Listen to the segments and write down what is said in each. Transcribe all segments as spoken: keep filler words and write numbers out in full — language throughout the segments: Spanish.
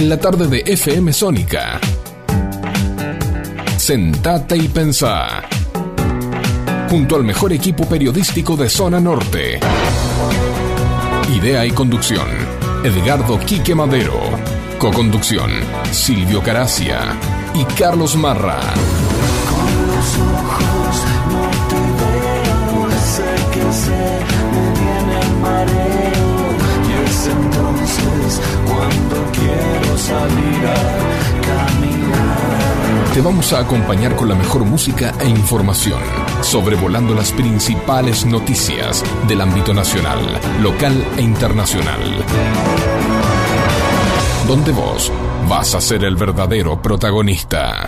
En la tarde de F M Sónica. Sentate y pensá. Junto al mejor equipo periodístico de Zona Norte. Idea y conducción, Edgardo Quique Madero. Coconducción, Silvio Caracia y Carlos Marra. Con los ojos no te veo, sé que sé, me viene el mareo. Y es entonces cuando quiero salir a caminar. Te vamos a acompañar con la mejor música e información, sobrevolando las principales noticias del ámbito nacional, local e internacional. Donde vos vas a ser el verdadero protagonista.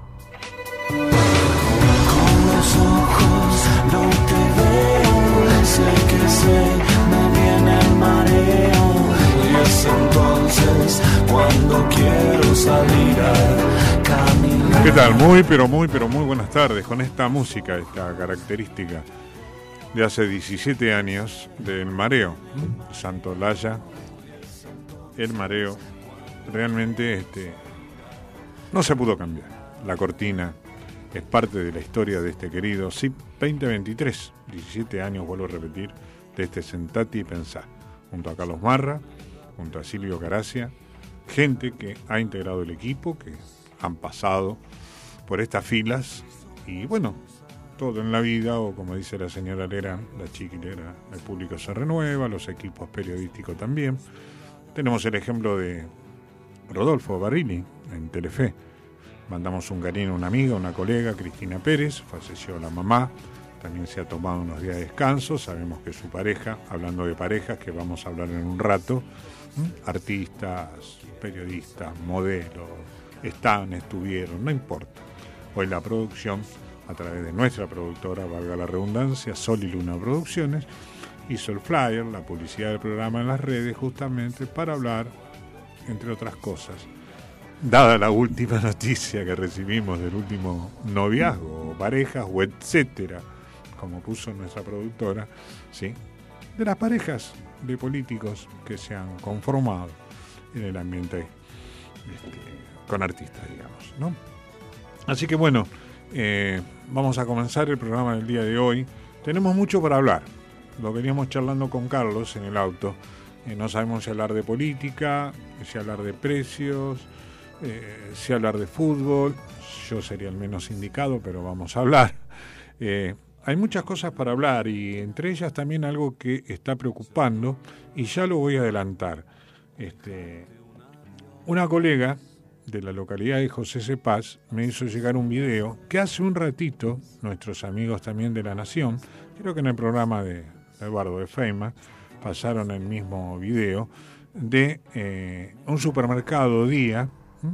Con los ojos no te veo, sé que sé, me viene el mareo. Y es entonces cuando quiero salir a caminar. ¿Qué tal? Muy, pero muy, pero muy buenas tardes con esta música, esta característica de hace diecisiete años del mareo. Santolaya, el mareo. Realmente este, no se pudo cambiar. La cortina es parte de la historia de este querido S I P veinte veintitrés. diecisiete años, vuelvo a repetir, de este Sentate y Pensá. Junto a Carlos Marra, junto a Silvio Caracia, gente que ha integrado el equipo, que han pasado por estas filas. Y bueno, todo en la vida, o como dice la señora Lerán, la chiquilera, el público se renueva, los equipos periodísticos también. Tenemos el ejemplo de Rodolfo Barili en Telefe. Mandamos un cariño a una amiga, una colega, Cristina Pérez, falleció la mamá, también se ha tomado unos días de descanso. Sabemos que su pareja, hablando de parejas, que vamos a hablar en un rato, ¿m? artistas, periodistas, modelos, están, estuvieron, no importa. Hoy la producción, a través de nuestra productora, valga la redundancia, Sol y Luna Producciones, hizo el flyer, la publicidad del programa en las redes, justamente para hablar, entre otras cosas, dada la última noticia que recibimos del último noviazgo, o parejas, o etcétera, como puso nuestra productora, ¿sí? De las parejas de políticos que se han conformado en el ambiente este, con artistas, digamos, ¿no? Así que bueno, eh, vamos a comenzar el programa del día de hoy. Tenemos mucho para hablar. Lo veníamos charlando con Carlos en el auto. Eh, no sabemos si hablar de política, si hablar de precios, eh, si hablar de fútbol. Yo sería el menos indicado, pero vamos a hablar. Eh, hay muchas cosas para hablar y entre ellas también algo que está preocupando y ya lo voy a adelantar. Este, una colega de la localidad de José Cepaz me hizo llegar un video que hace un ratito nuestros amigos también de La Nación, creo que en el programa de Eduardo de Feima, pasaron el mismo video de eh, un supermercado Día ¿m?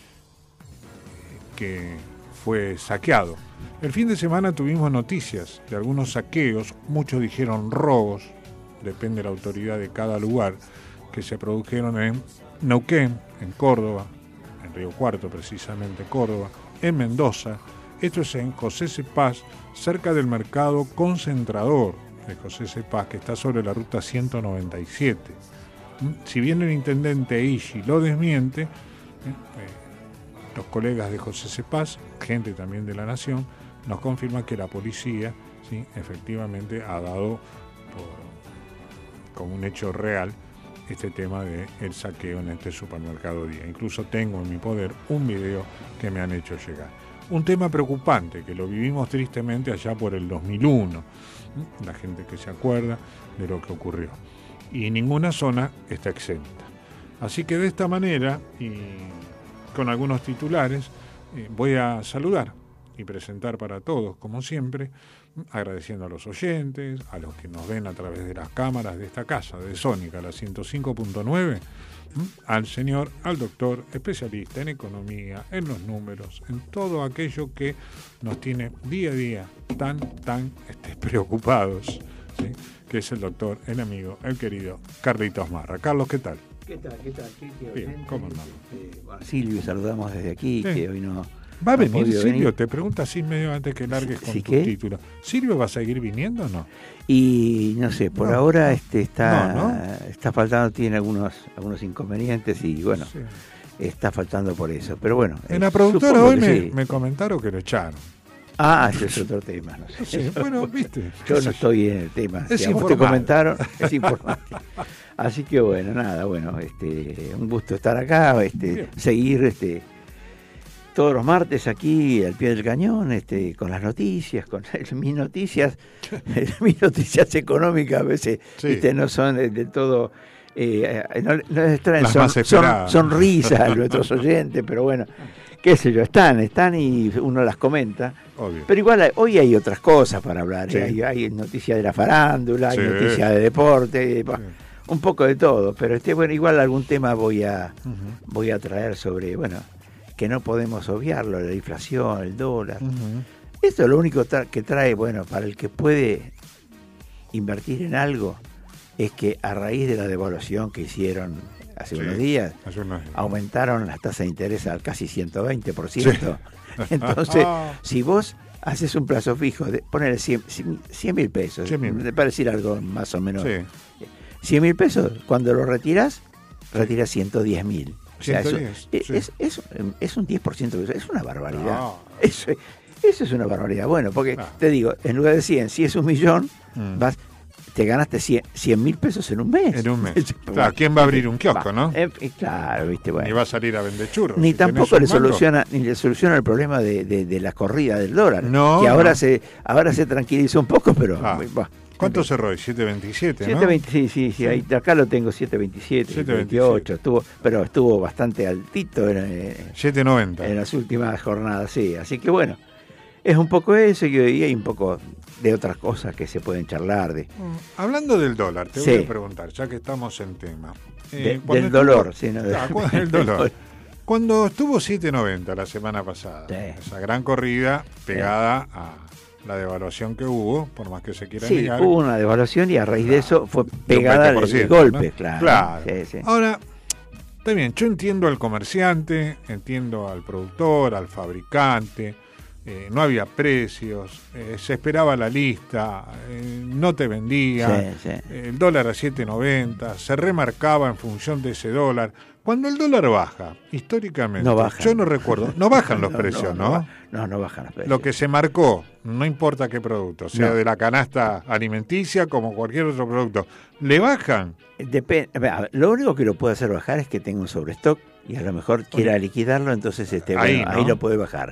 que fue saqueado. El fin de semana tuvimos noticias de algunos saqueos, muchos dijeron robos, depende de la autoridad de cada lugar, que se produjeron en Neuquén, en Córdoba, en Río Cuarto precisamente, Córdoba, en Mendoza. Esto es en José Cepaz, cerca del mercado concentrador de José Cepaz, que está sobre la ruta ciento noventa y siete. Si bien el intendente Ishi lo desmiente, eh, eh, los colegas de José Cepaz, gente también de La Nación, nos confirman que la policía, ¿sí?, efectivamente ha dado por, como un hecho real este tema del saqueo en este supermercado Día. Incluso tengo en mi poder un video que me han hecho llegar. Un tema preocupante que lo vivimos tristemente allá por el dos mil uno. La gente que se acuerda de lo que ocurrió. Y ninguna zona está exenta. Así que de esta manera, y con algunos titulares, eh, voy a saludar y presentar para todos, como siempre, agradeciendo a los oyentes, a los que nos ven a través de las cámaras de esta casa, de Sónica, la ciento cinco punto nueve, al señor, al doctor, especialista en economía, en los números, en todo aquello que nos tiene día a día tan, tan este, preocupados, ¿sí?, que es el doctor, el amigo, el querido Carlitos Marra. Carlos, ¿qué tal? ¿Qué tal? ¿Qué tal? ¿Qué, qué Bien, ¿cómo andamos? Este, bueno, Silvio, saludamos desde aquí, sí. que hoy no... ¿Va a no venir Silvio? venir. Te pregunto así medio antes que largues con ¿Sí, tu qué? título. ¿Silvio va a seguir viniendo o no? Y no sé, por No, ahora no. este está No, no. está faltando, tiene algunos algunos inconvenientes y bueno, Sí. está faltando por eso. Pero bueno. En eh, la productora supongo hoy que me, sí. me comentaron que lo echaron. Ah, ese es otro tema, no sé. Sí, bueno, viste. Yo no estoy en el tema. Es Si a vos te informal. comentaron, es importante. Así que bueno, nada, bueno, este, un gusto estar acá, este, Bien. seguir este, todos los martes aquí al pie del cañón, este, con las noticias, con mis noticias, mis noticias económicas a veces Sí. viste, no son del de todo, eh, no, no les traen Las son, más son, esperadas. sonrisas a nuestros oyentes, pero bueno, qué sé yo, están, están y uno las comenta. Obvio. Pero igual hay- hoy hay otras cosas para hablar. Sí. ¿eh? Hay, hay noticias de la farándula, Sí. hay noticias de deporte, bah, Sí. un poco de todo. Pero este, bueno, igual algún tema voy a Ujú. voy a traer sobre, bueno, que no podemos obviarlo, la inflación, el dólar. Ujú. Esto es lo único tra- que trae, bueno, para el que puede invertir en algo, es que a raíz de la devaluación que hicieron hace Sí. unos días, Hace unos días. aumentaron las tasas de interés al casi ciento veinte por ciento. Sí. Entonces, si vos haces un plazo fijo, de poner cien mil pesos, cien mil. para decir algo más o menos, Sí. cien mil pesos, cuando lo retiras, retiras ciento diez mil. O sea, eso- ciento diez, es, sí. es, es, es un diez por ciento, es una barbaridad. No. Eso, eso es una barbaridad. Bueno, porque Claro. te digo, en lugar de cien, si es un millón, Mm. vas, te ganaste cien mil pesos en un mes. En un mes. Claro, ¿quién va a abrir un kiosco, no? Eh, eh, claro, viste, bueno. Ni va a salir a vender churros. Ni Si tenés tampoco un le mango. soluciona ni le soluciona el problema de, de, de la corrida del dólar, No, que ahora no. se ahora se tranquilizó un poco, pero Ah. bah, ¿Cuánto cerró hoy? siete veintisiete, ¿no? siete veinte, sí, sí, sí, ahí, acá lo tengo siete veintisiete, siete veintiocho, estuvo, pero estuvo bastante altito en, eh, siete noventa. en las últimas jornadas, sí, así que bueno, es un poco eso y hoy hay un poco de otras cosas que se pueden charlar de, Hablando del dólar, te Sí. voy a preguntar, ya que estamos en tema. Eh, de- cuando del estuvo- dolor, sí, ¿no? Ah, cu- el dolor. Cuando estuvo siete noventa la semana pasada, Sí. esa gran corrida pegada a la devaluación que hubo, por más que se quiera Sí, negar. hubo una devaluación y a raíz de eso fue de un pegada al veinte por ciento, golpe, ¿no? claro. Claro. Sí, sí. Ahora, está bien, yo entiendo al comerciante, entiendo al productor, al fabricante, eh, no había precios, eh, se esperaba la lista, eh, no te vendía, Sí, sí. el dólar a siete noventa, se remarcaba en función de ese dólar. Cuando el dólar baja, históricamente, No baja. yo no recuerdo, no bajan los No, precios, no, ¿no? ba- No, no bajan los precios. Lo que se marcó, no importa qué producto, sea No. de la canasta alimenticia como cualquier otro producto, ¿le bajan? Depende, a ver, lo único que lo puede hacer bajar es que tenga un sobrestock y a lo mejor quiera liquidarlo, entonces este, Ahí, bueno, ¿no? ahí lo puede bajar.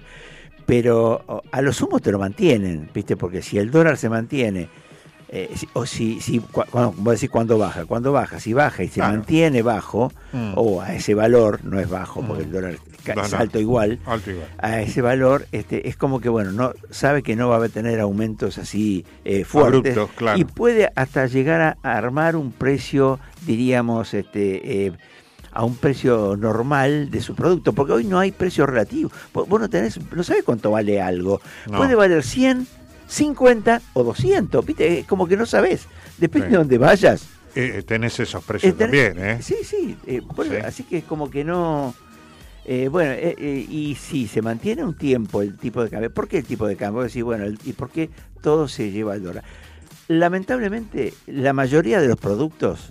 Pero o, a lo sumo te lo mantienen, ¿viste? Porque si el dólar se mantiene, eh, si- o si, si cu- cuando, vos decís cuándo baja, cuando baja, si baja y se Claro. mantiene bajo, Mm. o a ese valor, no es bajo porque Mm. el dólar ca- No, es no. alto igual, Alto igual. a ese valor, este, es como que bueno, no sabe que no va a tener aumentos así eh, fuertes Abruptos, claro. y puede hasta llegar a, a armar un precio, diríamos, este, eh, a un precio normal de su producto, porque hoy no hay precio relativo. Vos vos no tenés, no sabés cuánto vale algo. No. Puede valer cien, cincuenta o doscientos, ¿viste? Es como que no sabés. Depende Sí. de dónde vayas. Eh, tenés esos precios Eh, tenés- también, ¿eh? Sí, sí, eh, bueno, Sí. así que es como que no... eh, bueno, eh, eh, y si se mantiene un tiempo el tipo de cambio, ¿por qué el tipo de cambio? Vos decís, bueno, el- ¿y por qué todo se lleva al dólar? Lamentablemente, la mayoría de los productos,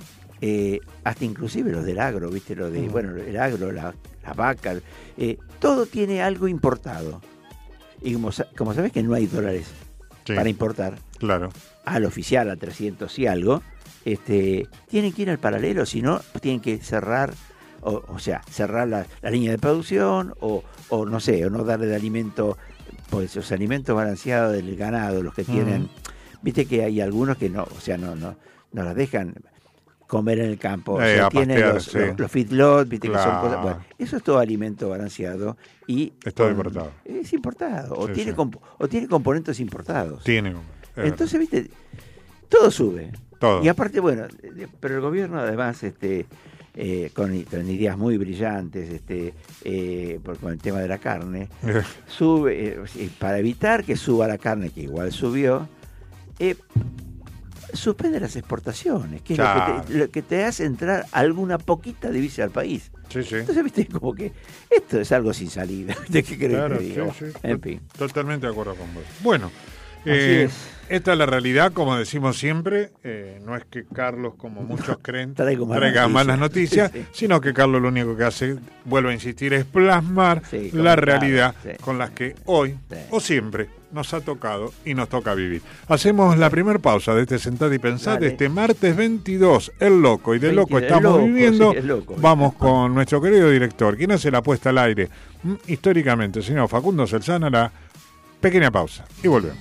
eh, hasta inclusive los del agro, ¿viste? Lo de, Mm. bueno, el agro, la- las vacas, eh, todo tiene algo importado. Y como, sa- como sabés que no hay dólares Sí, para importar, claro. al oficial a trescientos y algo, este, tienen que ir al paralelo, si no, tienen que cerrar, o, o sea, cerrar la, la línea de producción, o, o no sé, o no darle de alimento, pues los alimentos balanceados del ganado, los que tienen, viste que hay algunos que no, o sea, no, no, no las dejan comer en el campo, o Eh, sea, a tienen pastear, los, sí. los, los feedlots, viste que son Claro. cosas, bueno, eso es todo alimento balanceado y Es todo con- importado. es importado, o Sí, tiene sí. comp- o tiene componentes importados. Tiene. es Entonces, viste, todo sube. verdad. todo. Y aparte, bueno, de- pero el gobierno además, este, eh, con, i- con ideas muy brillantes, este, eh, por, con el tema de la carne, sube, eh, sí, para evitar que suba la carne, que igual subió, eh, suspende las exportaciones, que es lo que, Claro. te, lo que te hace entrar alguna poquita divisa al país. Sí, sí. Entonces, viste, como que esto es algo sin salida. ¿De qué querés Claro, que te diga? sí, sí. En fin. Totalmente de acuerdo con vos. Bueno, Eh, Así es. Esta es la realidad, como decimos siempre. Eh, no es que Carlos, como muchos creen, Traigo malas traiga noticias. malas noticias, Sí. sino que Carlos lo único que hace, vuelvo a insistir, es plasmar Sí, la comentar, realidad sí. con las que hoy Sí. o siempre nos ha tocado y nos toca vivir. Hacemos la primera pausa de este Sentate y Pensar de Dale. este martes veintidós. El loco y de loco veintidós, estamos el loco, viviendo. sí, el loco. Vamos con nuestro querido director, quien hace la puesta al aire mm, históricamente, el señor Facundo Selzana. La pequeña pausa y volvemos.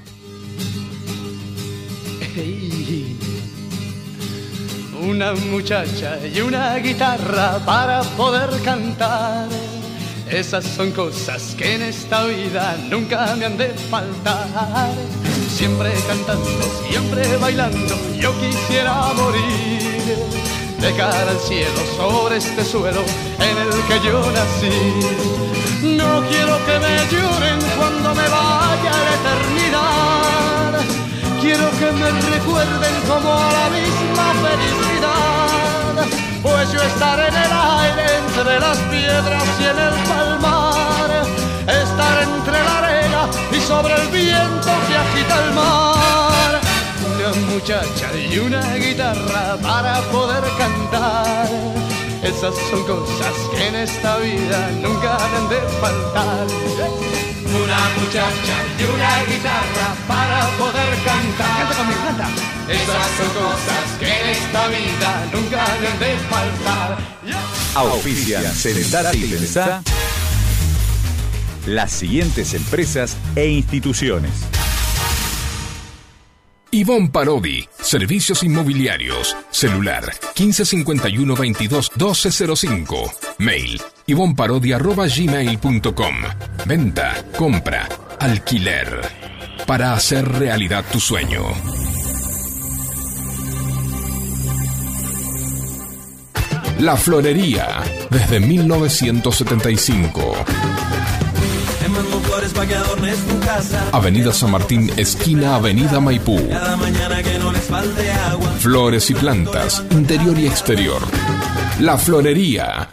Una muchacha y una guitarra para poder cantar. Esas son cosas que en esta vida nunca me han de faltar. Siempre cantando, siempre bailando, yo quisiera morir de cara al cielo sobre este suelo en el que yo nací. No quiero que me lloren cuando me vaya a la eternidad. Quiero que me recuerden como a la misma felicidad, pues yo estaré en el aire entre las piedras y en el palmar, estar entre la arena y sobre el viento que agita el mar. Una muchacha y una guitarra para poder cantar. Esas son cosas que en esta vida nunca han de faltar. Una muchacha y una guitarra para poder cantar. Canta conmigo, canta. Esas son cosas que en esta vida nunca han de faltar. Auspician Sentate y Pensá las siguientes empresas e instituciones. Ivonne Parodi, Servicios Inmobiliarios, celular quince cincuenta y uno veintidós doce cero cinco, mail ivonparodi arroba gmail punto com, venta, compra, alquiler, para hacer realidad tu sueño. La Florería, desde mil novecientos setenta y cinco. Avenida San Martín, esquina Avenida Maipú. Flores y plantas, interior y exterior. La Florería.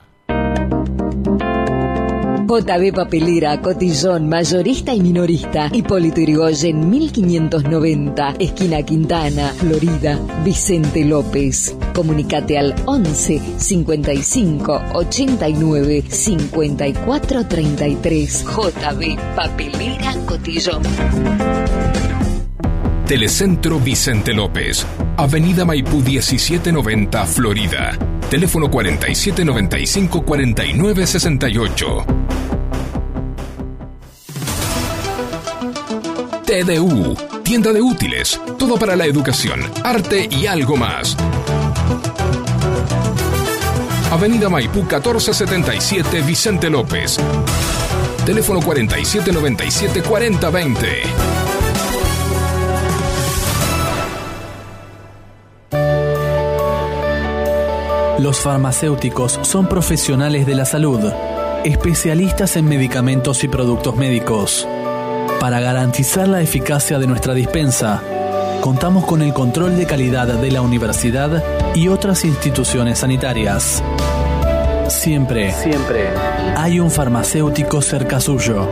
J B Papelera, Cotillón, mayorista y minorista. Hipólito Yrigoyen, mil quinientos noventa, esquina Quintana, Florida. Vicente López. Comunicate al once cincuenta y cinco ochenta y nueve cincuenta y cuatro treinta y tres. J B Papelera, Cotillón. Telecentro Vicente López, Avenida Maipú diecisiete noventa, Florida. Teléfono cuarenta y siete noventa y cinco cuarenta y nueve sesenta y ocho. T D U, tienda de útiles, todo para la educación, arte y algo más. Avenida Maipú catorce setenta y siete, Vicente López. Teléfono cuarenta y siete noventa y siete cuarenta veinte. Los farmacéuticos son profesionales de la salud, especialistas en medicamentos y productos médicos. Para garantizar la eficacia de nuestra dispensa, contamos con el control de calidad de la universidad y otras instituciones sanitarias. Siempre, siempre hay un farmacéutico cerca suyo.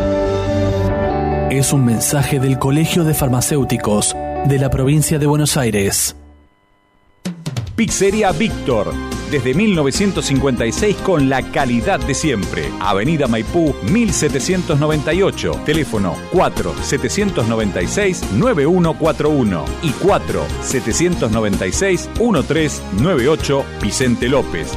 Es un mensaje del Colegio de Farmacéuticos de la provincia de Buenos Aires. Pizzería Víctor, desde mil novecientos cincuenta y seis con la calidad de siempre. Avenida Maipú mil setecientos noventa y ocho, teléfono cuatro setecientos noventa y seis nueve uno cuatro uno y cuatro setecientos noventa y seis diez noventa y ocho, Vicente López.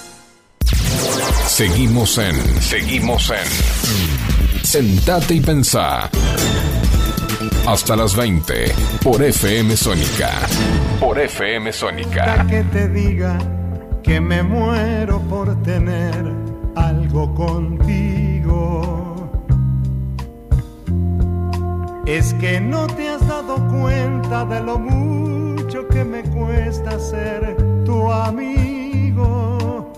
Seguimos en Seguimos en Sentate y Pensá. Hasta las veinte por F M Sónica. Por F M Sónica. Que te diga que me muero por tener algo contigo. Es que no te has dado cuenta de lo mucho que me cuesta ser tu amigo.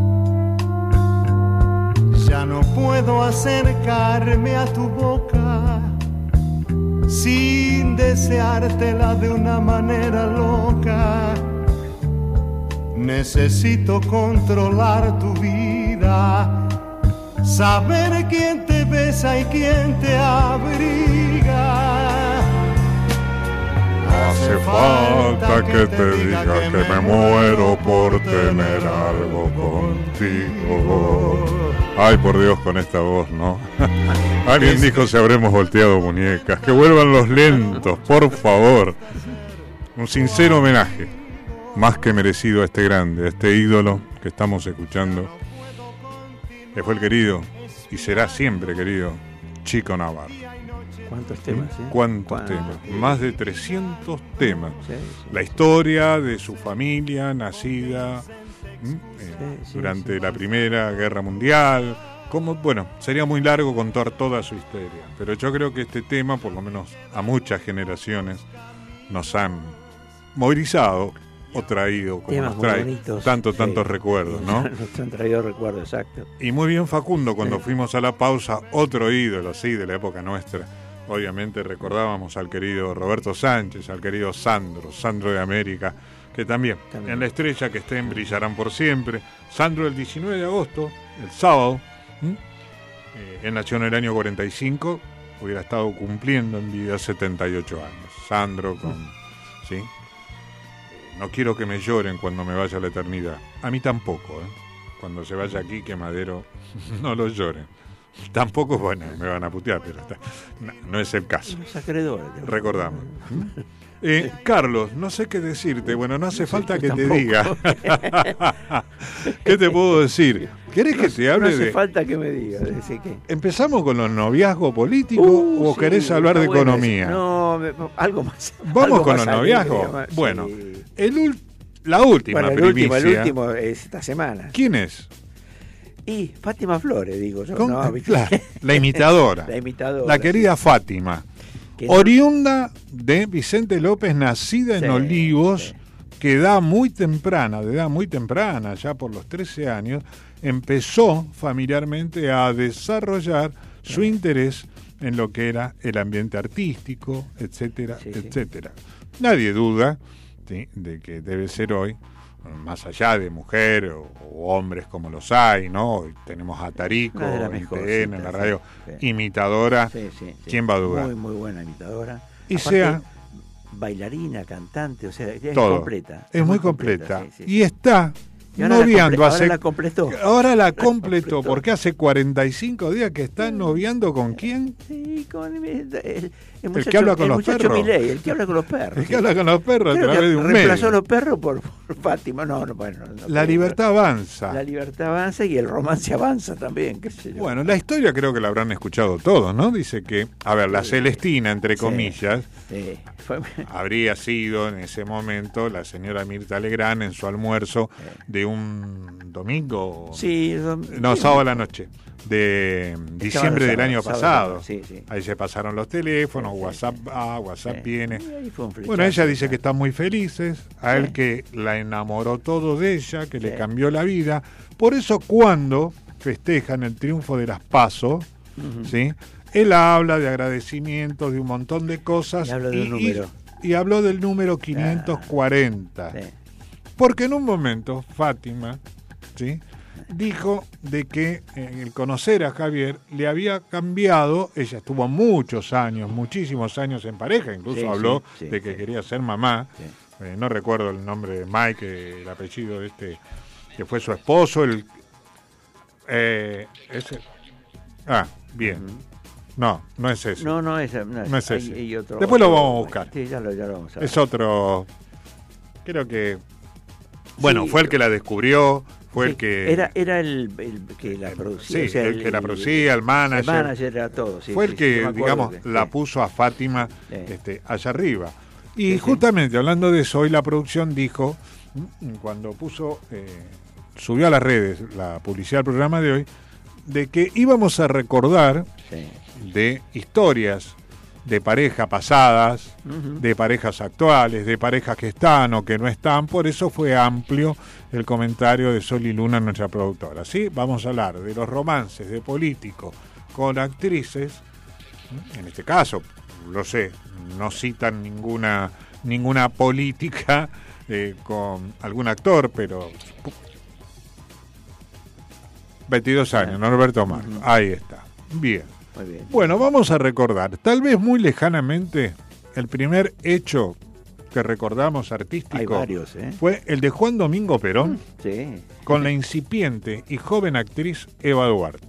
Ya no puedo acercarme a tu boca sin deseártela de una manera loca. Necesito controlar tu vida, saber quién te besa y quién te abriga. hace falta que te diga que me muero por tener algo contigo. Ay, por Dios, con esta voz, ¿no? Alguien dijo si habremos volteado muñecas. Que vuelvan los lentos, por favor. Un sincero homenaje, más que merecido a este grande, a este ídolo que estamos escuchando, que fue el querido, y será siempre querido, Chico Navarro. ¿Cuántos temas? ¿eh? ¿Cuántos ¿Cuántos? temas? Más de trescientos temas. Sí, sí. La historia de su familia, nacida ¿m? Eh, Sí, sí, durante sí. la Primera Guerra Mundial. Como, bueno, sería muy largo contar toda su historia, pero yo creo que este tema, por lo menos a muchas generaciones, nos han movilizado o traído, como Temas nos muy trae, bonitos, tantos, sí. tantos recuerdos, ¿no? Nos han traído recuerdos, exacto. Y muy bien Facundo, cuando Sí. fuimos a la pausa, otro ídolo, sí, de la época nuestra. Obviamente recordábamos al querido Roberto Sánchez, al querido Sandro, Sandro de América, que también, También. en La Estrella que estén brillarán por siempre. Sandro el diecinueve de agosto, el sábado, ¿m? eh, él nació en el año cuarenta y cinco, hubiera estado cumpliendo en vida setenta y ocho años. Sandro con... ¿sí? No quiero que me lloren cuando me vaya a la eternidad. A mí tampoco, ¿eh? Cuando se vaya aquí, que Madero no lo lloren. Tampoco, bueno, me van a putear, pero está, no, no es el caso. Los acreedores. Recordamos. Eh, Carlos, no sé qué decirte. Bueno, no hace No sé, falta yo que te tampoco. diga. ¿Qué te puedo decir? ¿Querés que te No hable hace de...? falta que me digas. Decir que... ¿Empezamos con los noviazgos políticos Uh, o sí, querés hablar de está bueno economía? eso. No, me- algo más. ¿Vamos algo con más los alegre, noviazgos? más- Bueno, sí. el ul- la última Bueno, el primicia. último, el último es esta semana. ¿Quién es? Y Fátima Flores, digo yo. ¿Con- No, ¿viste? claro, la imitadora. La imitadora. La querida Fátima. Que- Oriunda de Vicente López, nacida en Sí, Olivos, sí. que edad muy temprana, de edad muy temprana, ya por los trece años, empezó familiarmente a desarrollar su interés en lo que era el ambiente artístico, etcétera, Sí, sí. etcétera. Nadie duda, ¿sí?, de que debe ser hoy, más allá de mujer o, o hombres como los hay, ¿no? Hoy tenemos a Tarico, Una de las en T mejorcitas, N, en la sí, radio, sí. imitadora. Sí, sí, sí. ¿Quién va a dudar? Muy, muy buena imitadora. Y Aparte, sea- bailarina, cantante, o sea, es Todo. completa. Es muy completa. sí, sí, Y está Y ahora la noviando comple- hace... ahora la completó. Ahora la completó. completó, porque hace cuarenta y cinco días que está noviando con quién. Sí, con el, el, el El que habla con el los muchacho perros. Milei, el que habla con los perros. El que sí. habla con los perros a Creo través que de un reemplazó medio. a los perros por, por Fátima. No, no, bueno. no La creo. libertad avanza. La libertad avanza y el romance avanza también, qué sé yo. Bueno, la historia creo que la habrán escuchado todos, ¿no? Dice que, a ver, la Celestina, entre Sí. comillas, Sí, fue- habría sido en ese momento la señora Mirta Legrand en su almuerzo de un domingo, sí, no, sí, sábado a la noche, de diciembre del sábado, año sábado, pasado. sí, sí. Ahí se pasaron los teléfonos, Sí, sí, WhatsApp sí. va, WhatsApp Sí. viene. Y ahí fue un flechazo, Bueno, ella dice ya. que están muy felices, a él Sí. que la enamoró todo de ella, que le Sí. cambió la vida. Por eso cuando festejan el triunfo de las PASO, Ujú. ¿sí?, él habla de agradecimientos, de un montón de cosas. Y habla del número. Y, y habló del número quinientos cuarenta. Sí. Porque en un momento Fátima, ¿sí?, dijo de que eh, el conocer a Javier le había cambiado. Ella estuvo muchos años, muchísimos años en pareja, incluso Sí, habló sí, sí, de que sí. quería ser mamá. Sí. Eh, no recuerdo el nombre de Mike, el apellido de este, que fue su esposo. El, eh, ese, ah, bien. Ujú. No, no es ese. No, no es, no es, No es hay- ese. hay otro- Después lo otro- vamos a buscar. Sí, ya lo, ya lo vamos a ver. Es otro. Creo que. Bueno, Sí. fue el que la descubrió, fue Sí, el que. Era, era el, el que la producía. Sí, o sea, el que la producía, el manager. El manager era todo, sí. fue sí, el sí, que, yo me acuerdo digamos, que- la sí. puso a Fátima Sí. este, allá arriba. Y Sí, sí. justamente hablando de eso, hoy la producción dijo, mm, cuando puso, eh, subió a las redes la publicidad del programa de hoy, de que íbamos a recordar Sí. de historias de parejas pasadas, Ujú. de parejas actuales, de parejas que están o que no están. Por eso fue amplio el comentario de Sol y Luna, nuestra productora. ¿Sí? Vamos a hablar de los romances de políticos con actrices. En este caso, lo sé, no citan ninguna ninguna política eh, con algún actor, pero veintidós años, Norberto Marco. Ujú. Ahí está. Bien. Muy bien. Bueno, vamos a recordar, tal vez muy lejanamente, el primer hecho que recordamos artístico Hay varios, ¿eh? fue el de Juan Domingo Perón Sí. con la incipiente y joven actriz Eva Duarte.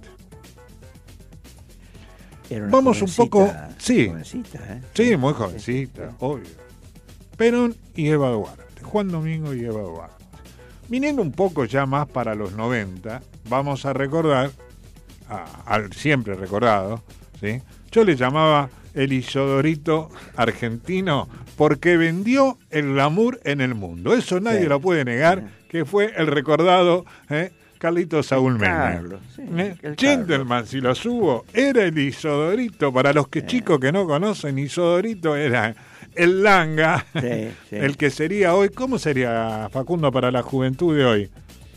Era una Vamos un poco... jovencita, Sí, jovencita, ¿eh? sí, muy jovencita, obvio. Perón y Eva Duarte, Juan Domingo y Eva Duarte. Viniendo un poco ya más para los noventa, vamos a recordar, a- al siempre recordado, ¿sí? Yo le llamaba el Isodorito argentino porque vendió el glamour en el mundo. Eso nadie Sí. lo puede negar, que fue el recordado ¿eh? Carlito Saúl Menem. Carlos, sí, ¿Eh? el Gentleman, si lo subo, era el Isodorito. Para los que chicos que no conocen, Isodorito era el langa, Sí, sí. el que sería hoy, ¿cómo sería, Facundo, para la juventud de hoy?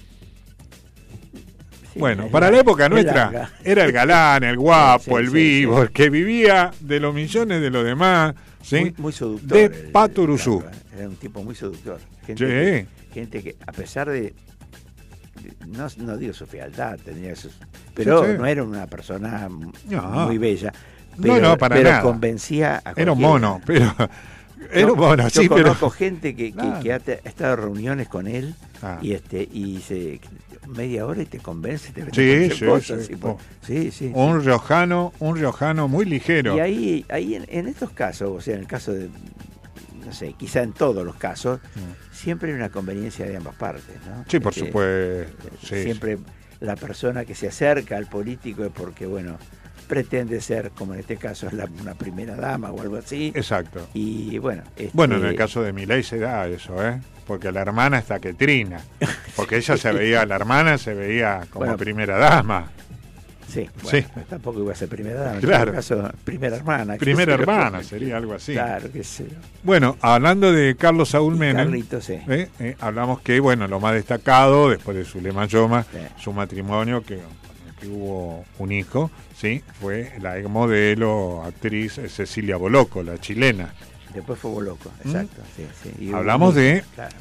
Sí, Bueno, el- para la época el nuestra langa. era el galán, el guapo, Sí, el sí, vivo, sí. el que vivía de los millones de los demás, ¿sí? Muy, muy seductor. de el- Paturuzú. Carlos, ¿eh? Era un tipo muy seductor. Gente, Sí. que, gente que, a pesar de. de- No, no digo su fealdad, tenía sus. Pero Sí, sí. no era una persona m- No. muy bella. No, Pero, no, para pero nada. convencía a Era un cualquiera. mono, pero... Era Yo- un mono, yo sí, pero... conozco gente que, que, Claro. que ha, te- ha estado en reuniones con él Ah. y este y se media hora y te convence, te Sí, vende sí, cosas. sí. y por- Oh. sí, sí, Un sí. riojano, un riojano muy ligero. Y ahí, ahí en, en estos casos, o sea, en el caso de, no sé, quizá en todos los casos, siempre hay una conveniencia de ambas partes, ¿no? Sí, por Este, supuesto. Sí, siempre la persona que se acerca al político es porque, bueno, pretende ser, como en este caso, la- una primera dama o algo así. exacto. Y bueno, este, Bueno, en el caso de Milei se da eso, ¿eh? Porque la hermana está que trina. Porque ella se veía, la hermana se veía como Bueno, primera dama. Sí, bueno, Sí. tampoco iba a ser primera dama, Claro. en todo caso, primera hermana. qué Primera sé yo. hermana, sería algo así. Claro, que sé yo. Bueno, hablando de Carlos Saúl Y Menem, Carlitos, sí. ¿eh? Eh, hablamos que, bueno, lo más destacado, después de Zulema Yoma, Sí. su matrimonio, que, que hubo un hijo, ¿sí? Fue la ex modelo, actriz eh, Cecilia Boloco, la chilena. Después fue Boloco, exacto. Sí, sí. Y Hablamos hubo- de- claro.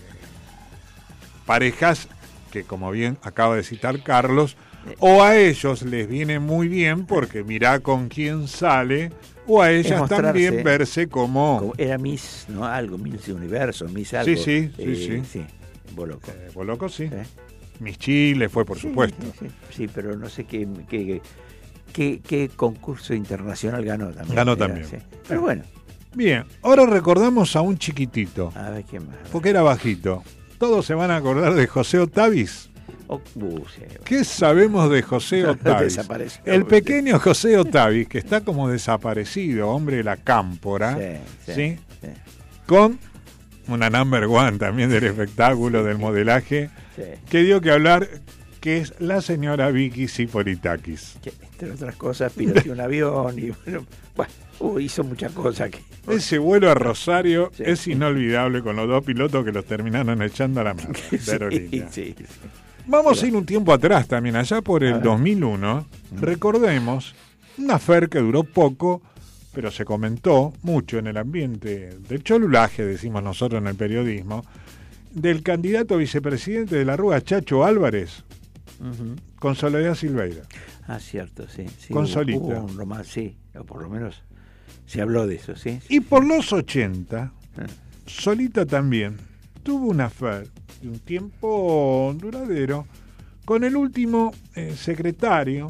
Parejas que, como bien acaba de citar Carlos, o a ellos les viene muy bien porque mirá con quién sale, o a ellas mostrarse también verse como, Como era Miss, ¿no? Algo, Miss Universo, Miss Sí, algo. sí, sí, eh, sí. Boloco. eh, Boloco, sí. ¿Eh? Mis Chile fue, por Sí, supuesto. Sí, sí, sí, pero no sé qué, qué, qué, qué concurso internacional ganó también. Ganó Era, también. sí. Pero bueno, Bien, ahora recordamos a un chiquitito, a ver quién más. porque era bajito. Todos se van a acordar de José Otavis. Oh, uh, sí. ¿Qué sabemos de José Otavis? Desapareció. El pequeño José Otavis, que está como desaparecido, hombre de la cámpora, Sí, sí, ¿sí? sí, Con una number one también del espectáculo, del modelaje, sí. que dio que hablar, que es la señora Vicky Zipolitakis. Que, entre otras cosas, piloteó un avión y bueno, bueno uh, hizo muchas cosas que. Ese vuelo a Rosario Sí. es inolvidable con los dos pilotos que los terminaron echando a la mano de Sí, aerolínea. sí, sí. Vamos Pero- a ir un tiempo atrás también, allá por A el ver. dos mil uno, recordemos una affair que duró poco, pero se comentó mucho en el ambiente del cholulaje, decimos nosotros en el periodismo, del candidato a vicepresidente de la Rúa, Chacho Álvarez, Ujú. con Soledad Silveira. Ah, cierto, sí. sí Con hubo- Solita. hubo un romance, sí, o por lo menos se habló de eso, sí. Y por los ochenta, Ah. Solita también tuvo una affair de un tiempo duradero con el último eh, secretario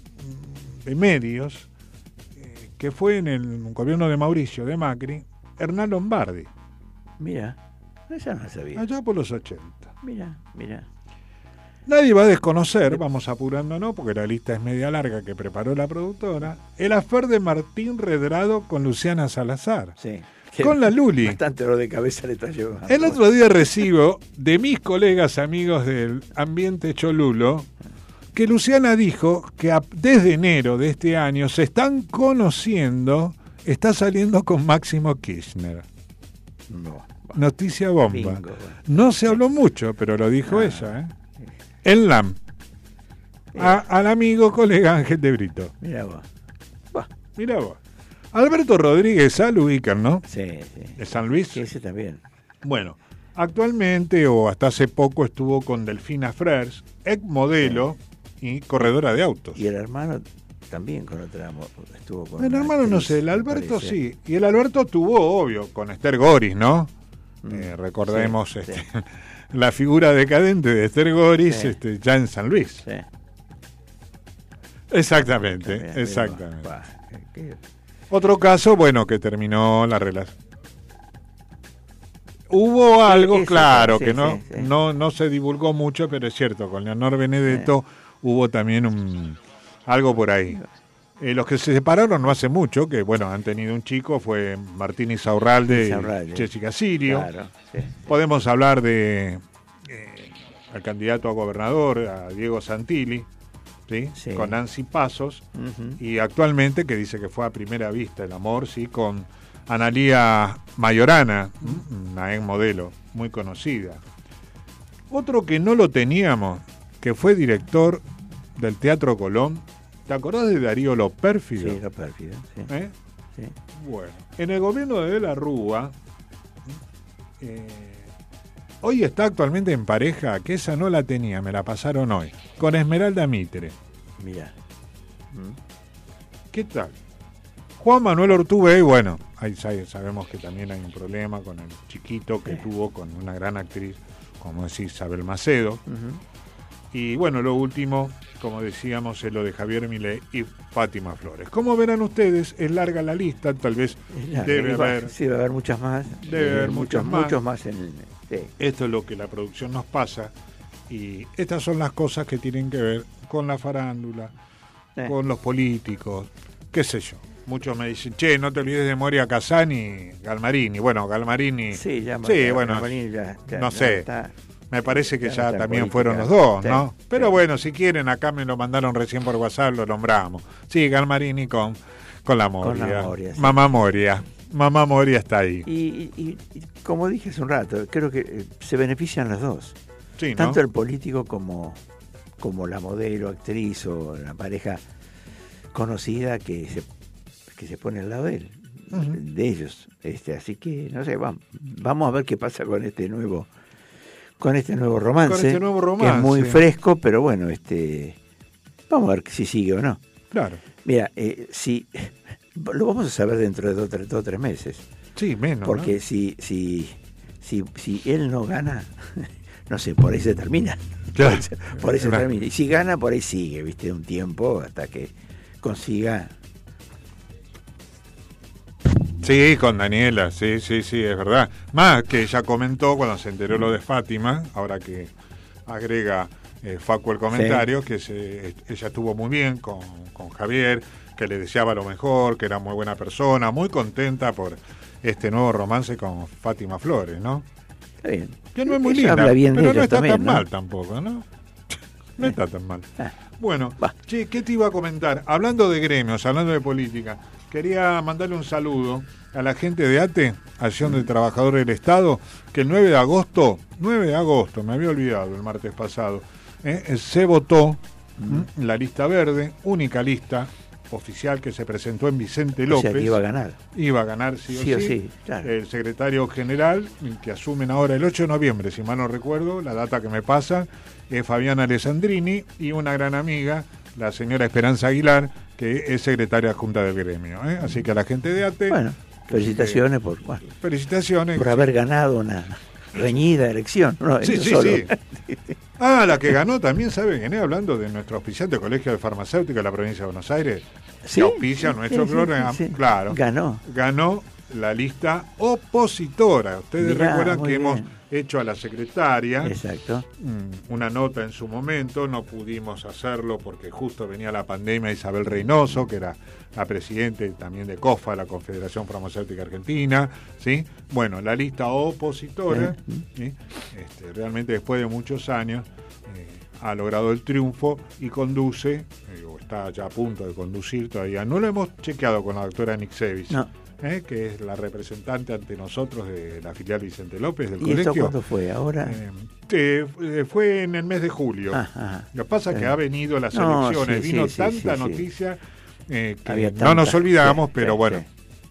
mm, de medios eh, que fue en el gobierno de Mauricio de Macri, Hernán Lombardi, Mira, esa no la sabía. allá por los ochenta. Mira, mira. Nadie va a desconocer, vamos apurándonos porque la lista es media larga que preparó la productora, el affair de Martín Redrado con Luciana Salazar. Sí. Con la Luli. Bastante dolor de cabeza le está llevando. El otro día recibo de mis colegas amigos del ambiente cholulo que Luciana dijo que a- desde enero de este año se están conociendo, está saliendo con Máximo Kirchner. No, Noticia bomba. bingo, bueno. No se habló mucho, pero lo dijo Ah. ella, ¿eh? En L A M. A- al amigo colega Ángel de Brito. Mira vos. Buah, Mirá vos. Alberto Rodríguez, al ubican, ¿no? sí, sí. De San Luis. Sí, ese también. Bueno, actualmente o hasta hace poco estuvo con Delfina Frers, ex modelo y corredora de autos. Y el hermano también con otra, estuvo con El una hermano no actriz, sé, el me Alberto parece. sí. Y el Alberto tuvo, obvio, con Esther Goris, ¿no? Mm, Eh, recordemos sí, este, sí. la figura decadente de Esther Goris Sí. este, ya en San Luis. Sí. Exactamente, También, exactamente. pero, bah, que- Otro caso, bueno, que terminó la relación. Hubo algo, eso, claro, sí, que sí, no, sí. no no se divulgó mucho, pero es cierto, con Leonor Benedetto hubo también un algo por ahí. Eh, los que se separaron no hace mucho, que bueno, han tenido un chico, fue Martín Insaurralde Insaurralde. y Jessica Sirio. Claro, sí. Podemos hablar de eh, al candidato a gobernador, a Diego Santilli, ¿sí? Sí. Con Nancy Pasos, Ujú. y actualmente que dice que fue a primera vista el amor, sí, con Analía Mayorana, una ex modelo muy conocida. Otro que no lo teníamos, que fue director del Teatro Colón. ¿Te acordás de Darío Lo Pérfido? Sí, lo pérfido, sí. ¿Eh? Sí. Bueno, en el gobierno de De la Rúa, eh, hoy está actualmente en pareja, que esa no la tenía, me la pasaron hoy, con Esmeralda Mitre. Mirá. Mm. ¿Qué tal? Juan Manuel Ortubey, bueno, ahí sa- sabemos que también hay un problema con el chiquito que Sí. tuvo con una gran actriz, como decís, Isabel Macedo. Ujú. Y bueno, lo último, como decíamos, es lo de Javier Milei y Fátima Flores. Como verán ustedes, es larga la lista, tal vez Es larga, debe igual, haber. Sí, va a haber muchas más. Debe haber muchos más. Muchos más en el. Sí. Esto es lo que la producción nos pasa. Y estas son las cosas que tienen que ver con la farándula, Eh. con los políticos, qué sé yo. Muchos me dicen, che, no te olvides de Moria Kazan y Galmarini. Bueno, Galmarini, Sí, ya, sí, ya, bueno, Galmarini ya- ya- no ya sé. está. me parece que ya no ya está en también política. fueron los dos, Sí, ¿no? Pero sí. bueno, si quieren, acá me lo mandaron recién por WhatsApp, lo nombramos. Sí, Galmarini con, con la Moria. Con la Moria, sí. Mamá Moria. Mamá Moria está ahí. Y, y- y- y como dije hace un rato, creo que eh, se benefician los dos. Sí, ¿no? Tanto el político como, como la modelo, actriz o la pareja conocida que se, que se pone al lado de él, Ujú. de ellos. Este, así que, no sé, vamos, vamos a ver qué pasa con este nuevo con este nuevo romance, Con este nuevo que romance. es muy fresco, pero bueno, este vamos a ver si sigue o no. Claro. Mira, eh, si lo vamos a saber dentro de dos o tres, dos, tres meses. Sí, menos. Porque ¿no? si, si, si, si él no gana, no sé, por ahí se termina. Claro. Por ahí se, por ahí se Claro. termina. Y si gana, por ahí sigue, viste, un tiempo hasta que consiga. Sí, con Daniela, sí, sí, sí, es verdad. Más que ella comentó cuando se enteró lo de Fátima, ahora que agrega eh, Facu el comentario, que se, ella estuvo muy bien con, con Javier, que le deseaba lo mejor, que era muy buena persona, muy contenta por este nuevo romance con Fátima Flores, ¿no? Está bien. Que no es muy Ella linda, habla bien de pero no ellos está también, tan ¿no? mal tampoco, ¿no? No está tan mal. Ah, Bueno, Va. che, ¿qué te iba a comentar? Hablando de gremios, hablando de política, quería mandarle un saludo a la gente de A T E, Acción de Trabajadores del Estado, que el nueve de agosto, nueve de agosto, me había olvidado el martes pasado, eh, se votó ¿m? la lista verde, única lista oficial que se presentó en Vicente o López. sea que iba a ganar. Iba a ganar sí o Sí o sí. sí, claro. El secretario general, que asumen ahora el ocho de noviembre, si mal no recuerdo, la data que me pasa, es Fabiana Alessandrini y una gran amiga, la señora Esperanza Aguilar, que es secretaria adjunta del gremio. ¿eh? Así que a la gente de A T E, Bueno, felicitaciones por, bueno, felicitaciones. por haber ganado una reñida elección. No, Sí, ellos sí, solo. sí. Ah, la que ganó también, ¿sabe? Viene hablando de nuestro auspiciante Colegio de Farmacéutica de la provincia de Buenos Aires. Sí, que auspicia sí, nuestro sí, programa. sí, sí. Claro. Ganó. Ganó la lista opositora. Ustedes Mirá, recuerdan muy que bien. hemos hecho a la secretaria Exacto. mm, una nota en su momento, no pudimos hacerlo porque justo venía la pandemia. Isabel Reynoso, que era la presidenta también de COFA, la Confederación Farmacéutica Argentina, ¿sí? Bueno, la lista opositora, ¿sí? Este, realmente después de muchos años, eh, ha logrado el triunfo y conduce, eh, o está ya a punto de conducir todavía. No lo hemos chequeado con la doctora Nixevich, No. ¿eh? que es la representante ante nosotros de la filial Vicente López del ¿Y colegio. esto cuándo fue? ¿Ahora? Eh, eh, eh, fue en el mes de julio. Ah, ajá. Lo que pasa es que Está ha bien. venido las No, elecciones, sí, vino sí, sí, tanta sí, sí. noticia eh, que Había no tanta, nos olvidamos, sí, pero sí, bueno, sí.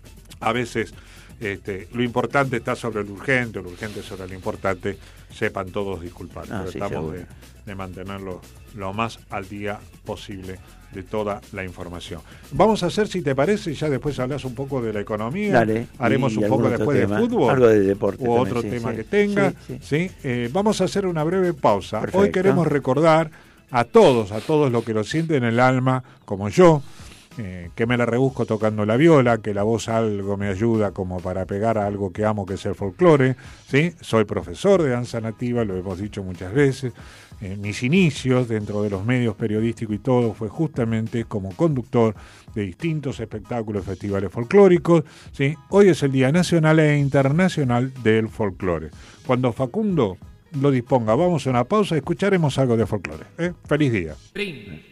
a veces este, lo importante está sobre lo urgente, lo urgente sobre lo importante, sepan todos disculpar. No, pero sí, estamos seguro. de mantenerlo lo más al día posible de toda la información. Vamos a hacer, si te parece, ya después hablas un poco de la economía. Dale, haremos un poco después tema, de fútbol. Algo de deporte. O también, otro sí, tema sí, que tenga. Sí, sí. ¿sí? Eh, vamos a hacer una breve pausa. Perfecto. Hoy queremos recordar a todos, a todos los que lo sienten en el alma, como yo, eh, que me la rebusco tocando la viola, que la voz algo me ayuda como para pegar a algo que amo, que es el folclore, ¿sí? Soy profesor de danza nativa, lo hemos dicho muchas veces. Eh, mis inicios dentro de los medios periodísticos y todo fue justamente como conductor de distintos espectáculos, festivales folclóricos, ¿sí? Hoy es el Día Nacional e Internacional del Folclore. Cuando Facundo lo disponga, vamos a una pausa y escucharemos algo de folclore. ¿eh? Feliz día. Ring.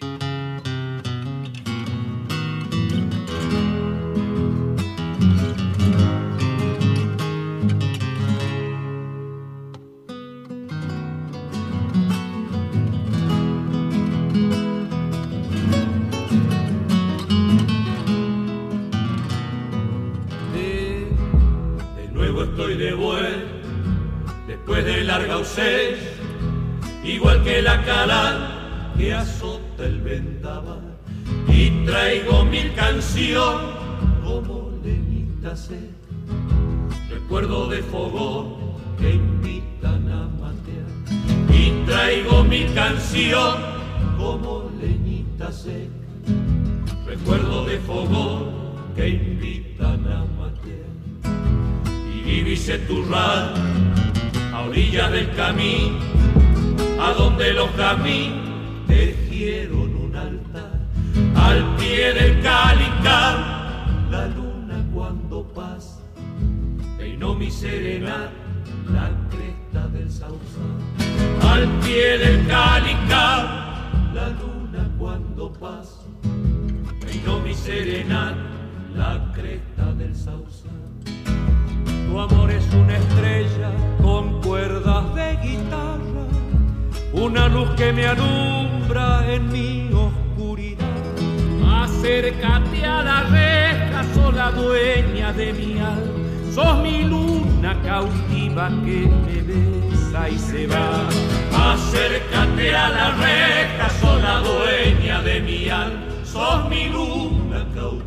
Estoy de vuelta después de larga ausencia, igual que la cala que azota el vendaval, y traigo mil canciones como leñita seca, recuerdo de fogón que invitan a matear, y traigo mil canciones como leñita seca, recuerdo de fogón que invitan a matear. Y vise tu ral a orillas del camino, a donde los caminos tejieron un altar, al pie del calicar, la luna cuando pasa, peinó mi serenata, la cresta del sausal, al pie del calicar, la luna cuando pasa, peinó mi serenata, la cresta del sausal. Tu amor es una estrella con cuerdas de guitarra, una luz que me alumbra en mi oscuridad. Acércate a la reja, sola dueña de mi alma, sos mi luna cautiva que me besa y se va. Acércate a la reja, sola dueña de mi alma, sos mi luna cautiva.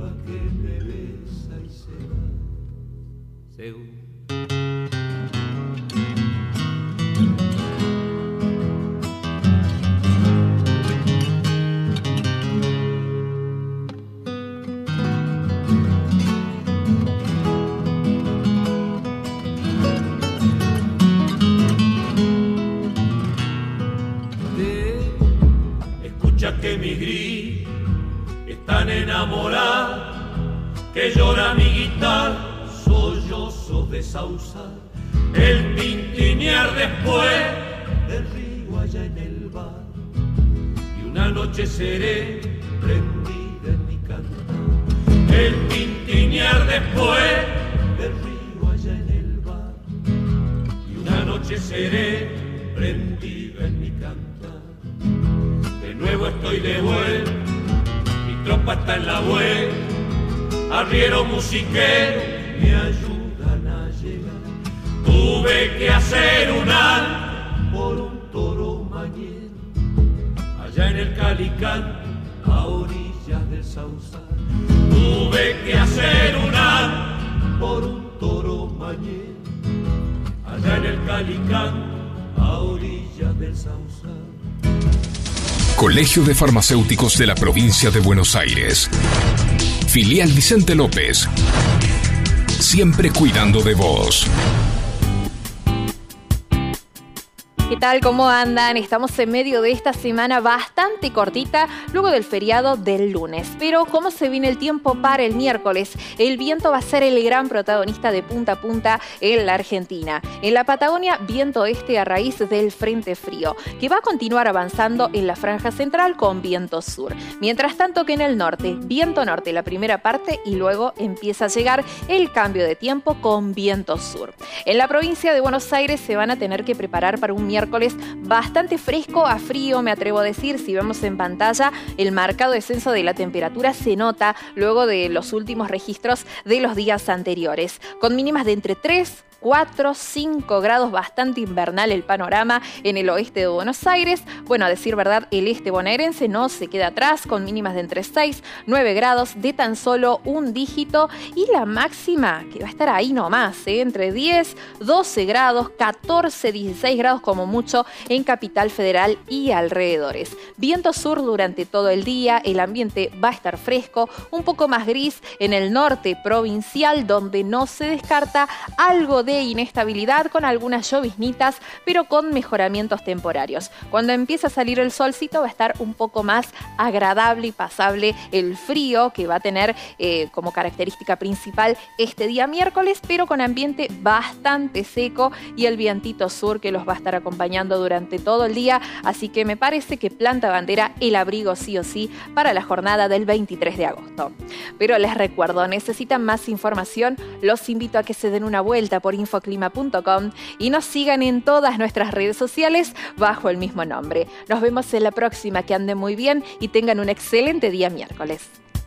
Escucha que mis gris están enamorados, que llora mi guitarra, sollozos de sausal, el tintinear después del río allá en el bar, y una noche seré prendida en mi cantar, el tintinear después del río allá en el bar, y una noche seré prendida en mi cantar. De nuevo estoy de vuelta, mi tropa está en la vuelta, arriero musiquero me ayudan a llegar. Tuve que hacer un alto por un toro mañero, allá en el Calicán, a orillas del Sausal. Tuve que hacer un alto por un toro mañero, allá en el Calicán, a orillas del Sausal. Colegio de Farmacéuticos de la Provincia de Buenos Aires. Filial Vicente López. Siempre cuidando de vos. ¿Qué tal? ¿Cómo andan? Estamos en medio de esta semana bastante cortita, luego del feriado del lunes. Pero ¿cómo se viene el tiempo para el miércoles? El viento va a ser el gran protagonista de punta a punta en la Argentina. En la Patagonia, viento este a raíz del frente frío, que va a continuar avanzando en la franja central con viento sur. Mientras tanto que en el norte, viento norte la primera parte y luego empieza a llegar el cambio de tiempo con viento sur. En la provincia de Buenos Aires se van a tener que preparar para un miércoles miércoles bastante fresco a frío, me atrevo a decir. Si vemos en pantalla, el marcado descenso de la temperatura se nota luego de los últimos registros de los días anteriores, con mínimas de entre tres cuatro, cinco grados, bastante invernal el panorama en el oeste de Buenos Aires. Bueno, a decir verdad, el este bonaerense no se queda atrás, con mínimas de entre seis, nueve grados, de tan solo un dígito, y la máxima que va a estar ahí nomás, ¿eh? entre diez, doce grados, catorce, dieciséis grados como mucho en Capital Federal y alrededores. Viento sur durante todo el día, el ambiente va a estar fresco, un poco más gris en el norte provincial, donde no se descarta algo de inestabilidad con algunas lloviznitas, pero con mejoramientos temporarios. Cuando empieza a salir el solcito va a estar un poco más agradable y pasable el frío que va a tener eh, como característica principal este día miércoles, pero con ambiente bastante seco y el vientito sur que los va a estar acompañando durante todo el día, así que me parece que planta bandera el abrigo sí o sí para la jornada del veintitrés de agosto. Pero les recuerdo, necesitan más información, los invito a que se den una vuelta por infoclima punto com y nos sigan en todas nuestras redes sociales bajo el mismo nombre. Nos vemos en la próxima, que anden muy bien y tengan un excelente día miércoles.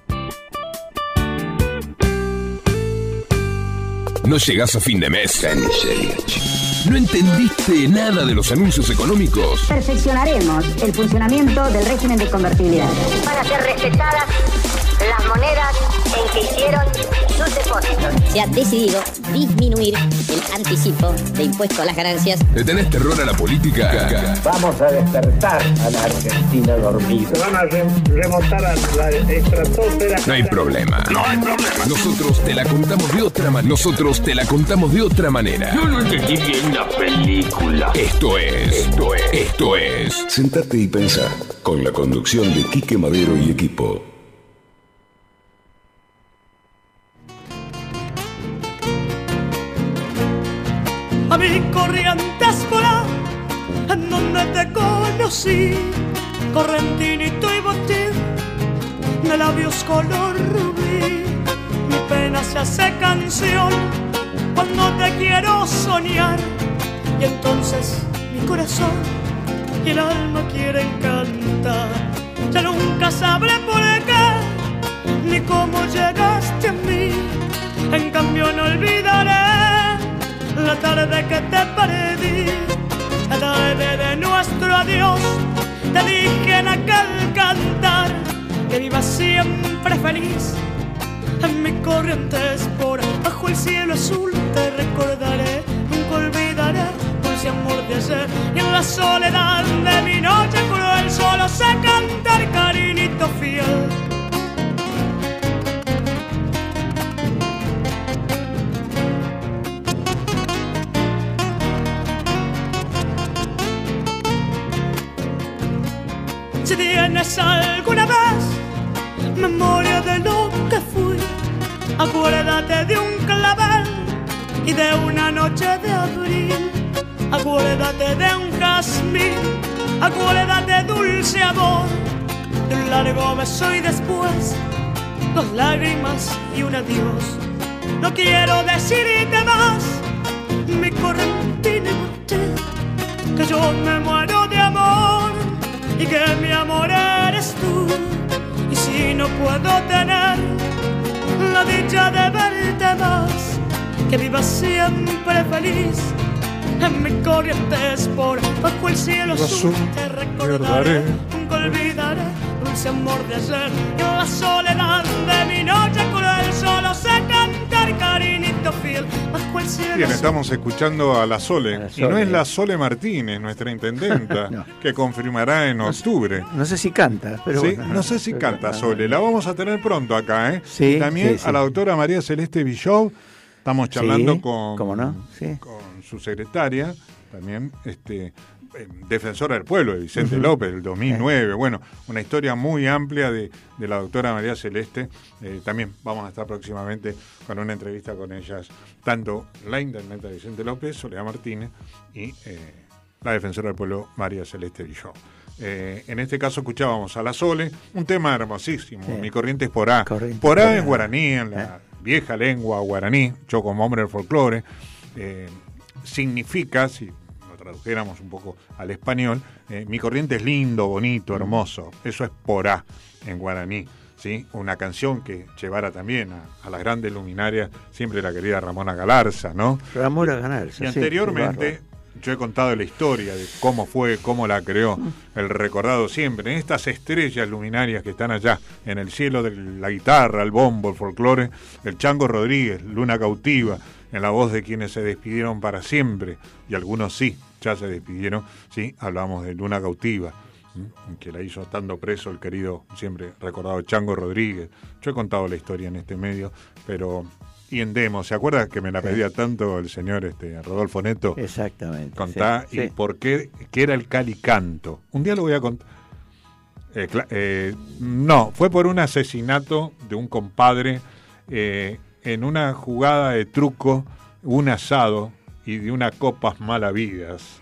No llegás a fin de mes. ¿No entendiste nada de los anuncios económicos? Perfeccionaremos el funcionamiento del régimen de convertibilidad. Van a ser respetadas las monedas en que hicieron sus depósitos. Se ha decidido disminuir el anticipo de impuesto a las ganancias. ¿Le tenés terror a la política? Vamos a despertar a la Argentina dormida. Se van a re remontar a la estratosfera. No hay problema. No hay problema. Nosotros te la contamos de otra manera. Nosotros te la contamos de otra manera. Yo no entendí bien la película. Esto es, esto es, esto es. Sentate y pensá, con la conducción de Quique Madero y equipo. A mi Corrientes Porá, en donde te conocí, correntinito y botín, de labios color rubí. Mi pena se hace canción cuando te quiero soñar, y entonces mi corazón y el alma quieren cantar. Ya nunca sabré por qué ni cómo llegaste a mí, en cambio no olvidaré la tarde que te perdí, la tarde de nuestro adiós. Te dije en aquel cantar que vivas siempre feliz. En mi Corrientes por bajo el cielo azul te recordaré, nunca olvidaré dulce amor de ayer. Y en la soledad de mi noche cruel solo sé cantar cariñito fiel. Si tienes alguna vez memoria de lo que fui, acuérdate de un clavel y de una noche de abril. Acuérdate de un jazmín, acuérdate dulce amor, de un largo beso y después dos lágrimas y un adiós. No quiero decirte más, mi correntina, que yo me muero de amor y que mi amor eres tú. Y si no puedo tener la dicha de verte más, que vivas siempre feliz. En mi Corrientes por bajo el cielo azul te recordaré, nunca olvidaré dulce amor de ayer. Y en la soledad de mi noche cruel solo sé cantar cariñito fiel bajo el cielo. Bien, estamos escuchando a la Sole, a la Sole. Y no es la Sole Martínez, nuestra intendenta, no, que confirmará en octubre. No, no sé si canta, pero ¿sí? bueno, no, no sé si canta no, Sole, la vamos a tener pronto acá, ¿eh? Sí, también sí, sí. A la doctora María Celeste Billov, estamos charlando sí, con, ¿cómo no? Sí. con su secretaria, también este defensora del pueblo, de Vicente uh-huh. López, del dos mil nueve. Bueno, una historia muy amplia de, de la doctora María Celeste. Eh, también vamos a estar próximamente con una entrevista con ellas, tanto la intendenta Vicente López, Soledad Martínez, y eh, la defensora del pueblo María Celeste Billov. Eh, en este caso escuchábamos a la Sole, un tema hermosísimo, sí. Mi Corrientes Porá. Corrientes Porá Porá en guaraní, en la ¿Eh? vieja lengua guaraní, yo como hombre del folclore, eh, significa, si lo tradujéramos un poco al español, eh, mi corriente es lindo, bonito, hermoso. Eso es Porá en guaraní. ¿sí? Una canción que llevara también a, a las grandes luminarias, siempre la querida Ramona Galarza, ¿no? Ramona Galarza. Y anteriormente sí, yo he contado la historia de cómo fue, cómo la creó, el recordado siempre, en estas estrellas luminarias que están allá, en el cielo de la guitarra, el bombo, el folclore, el Chango Rodríguez, Luna Cautiva, en la voz de quienes se despidieron para siempre, y algunos sí, ya se despidieron, sí, hablamos de Luna Cautiva, que la hizo estando preso el querido, siempre recordado Chango Rodríguez. Yo he contado la historia en este medio, pero y en demo, ¿se acuerda que me la pedía tanto el señor este Rodolfo Neto? Exactamente. Contá sí, y sí. por qué, qué era el calicanto. Un día lo voy a contar. Eh, eh, no, fue por un asesinato de un compadre eh, en una jugada de truco, un asado y de una copas malavidas.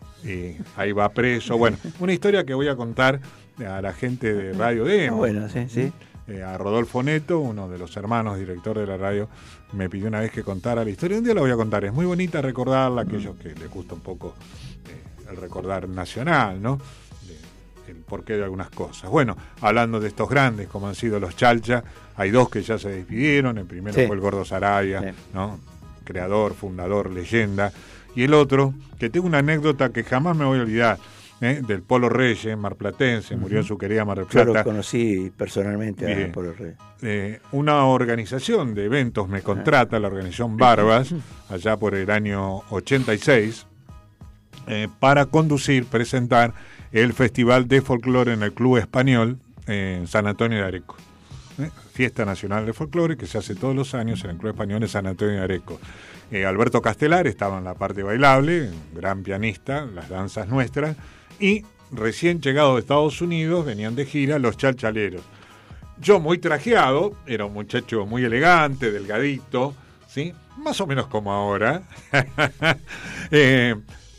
Y ahí va preso. Bueno, una historia que voy a contar a la gente de Radio Demo. Bueno, sí, sí. Eh, a Rodolfo Neto, uno de los hermanos, director de la radio, me pidió una vez que contara la historia. Un día la voy a contar. Es muy bonita recordarla, aquellos que les gusta un poco eh, el recordar nacional, ¿no? De, el porqué de algunas cosas. Bueno, hablando de estos grandes, como han sido los Chalcha, hay dos que ya se despidieron. El primero sí. fue el Gordo Sarabia, sí. ¿no? Creador, fundador, leyenda. Y el otro, que tengo una anécdota que jamás me voy a olvidar, ¿eh? Del Polo Reyes, marplatense, uh-huh. murió en su querida Mar del Plata. Yo lo conocí personalmente Bien. a Polo Reyes. Eh, una organización de eventos me contrata, uh-huh. la organización Barbas, allá por el año ochenta y seis, eh, para conducir, presentar el Festival de Folclore en el Club Español eh, en San Antonio de Areco. ¿Eh? Fiesta Nacional de Folclore que se hace todos los años en el Club Español en San Antonio de Areco. Eh, Alberto Castelar estaba en la parte bailable, gran pianista, las danzas nuestras, y recién llegado de Estados Unidos venían de gira los chalchaleros. Yo muy trajeado, era un muchacho muy elegante, delgadito, ¿sí? Más o menos como ahora. eh,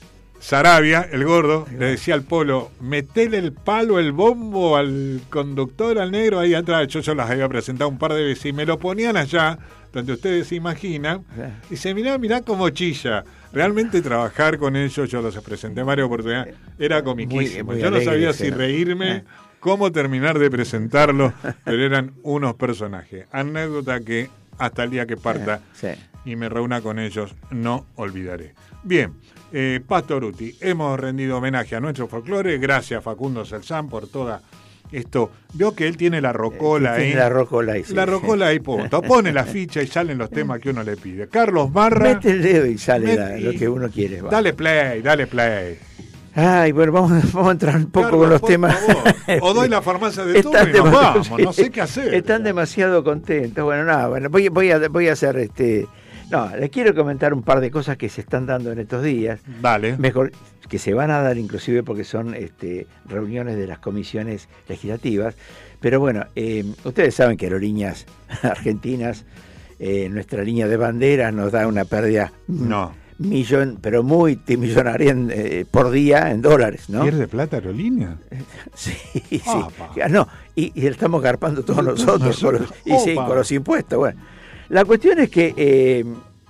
Sarabia, el gordo, le decía al Polo, metele el palo, el bombo al conductor, al negro ahí atrás. Yo se las había presentado un par de veces y me lo ponían allá, donde ustedes se imaginan. Y se mirá, mirá cómo chilla. Realmente trabajar con ellos, yo los presenté en varias oportunidades, era comiquísimo. Muy, muy yo no sabía si reírme, ¿eh? Cómo terminar de presentarlos, pero eran unos personajes. Anécdota que hasta el día que parta sí. y me reúna con ellos, no olvidaré. Bien, eh, Pastoruti, hemos rendido homenaje a nuestro folclore. Gracias, Facundo Salzán, por toda esto. Veo que él tiene la rocola eh, ahí. La rocola ahí. Sí, la rocola sí. ahí, punto. Pone la ficha y salen los temas que uno le pide. Carlos Marra. Mete el dedo y sale met, la, lo que uno quiere. Va. Dale play, dale play. Ay, bueno, vamos, vamos a entrar un poco Carlos, con los por temas. Favor. O doy la farmacia de turno y nos vamos. Sí. No sé qué hacer. Están demasiado contentos. Bueno, nada, bueno, voy, voy, a, voy a hacer este. No, les quiero comentar un par de cosas que se están dando en estos días. Dale. Mejor, que se van a dar inclusive porque son este, reuniones de las comisiones legislativas. Pero bueno, eh, ustedes saben que Aerolíneas Argentinas, eh, nuestra línea de bandera nos da una pérdida no. millón, pero multimillonaria en, eh, por día en dólares, ¿no? ¿Pierde plata Aerolínea? Sí, sí. Opa. No, y, y estamos garpando todos nosotros con los, y sí, con los impuestos. Bueno, la cuestión es que, eh,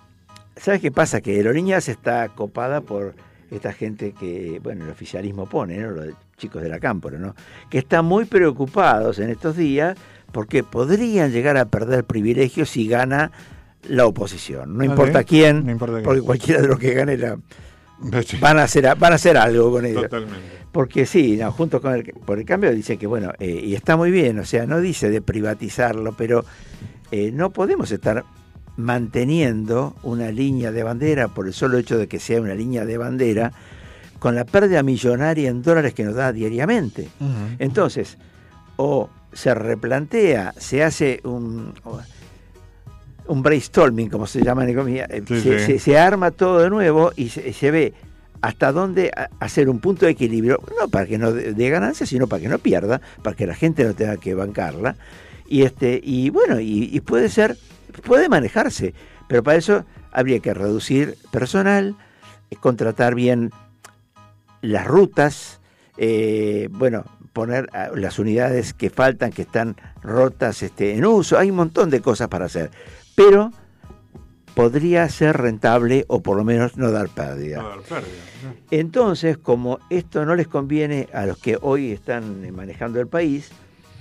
¿sabes qué pasa? Que Aerolíneas está copada por esta gente que, bueno, el oficialismo pone, ¿no? Los chicos de la Cámpora, ¿no? Que están muy preocupados en estos días porque podrían llegar a perder privilegios si gana la oposición. No importa okay. quién, no importa porque quién. Cualquiera de los que gane la, van a hacer van a hacer algo con ellos. Totalmente. Porque sí, no, junto con el por el cambio dice que bueno, eh, y está muy bien, o sea, no dice de privatizarlo, pero eh, no podemos estar manteniendo una línea de bandera por el solo hecho de que sea una línea de bandera con la pérdida millonaria en dólares que nos da diariamente. Uh-huh. Entonces, o se replantea, se hace un un brainstorming, como se llama en economía, sí, se, sí. Se, se arma todo de nuevo y se, se ve hasta dónde hacer un punto de equilibrio, no para que no dé ganancia, sino para que no pierda, para que la gente no tenga que bancarla. Y este y bueno, y, y puede ser, puede manejarse, pero para eso habría que reducir personal, contratar bien las rutas, eh, bueno, poner las unidades que faltan, que están rotas este, en uso. Hay un montón de cosas para hacer, pero podría ser rentable o por lo menos no dar pérdida. No dar pérdida, ¿no? Entonces, como esto no les conviene a los que hoy están manejando el país,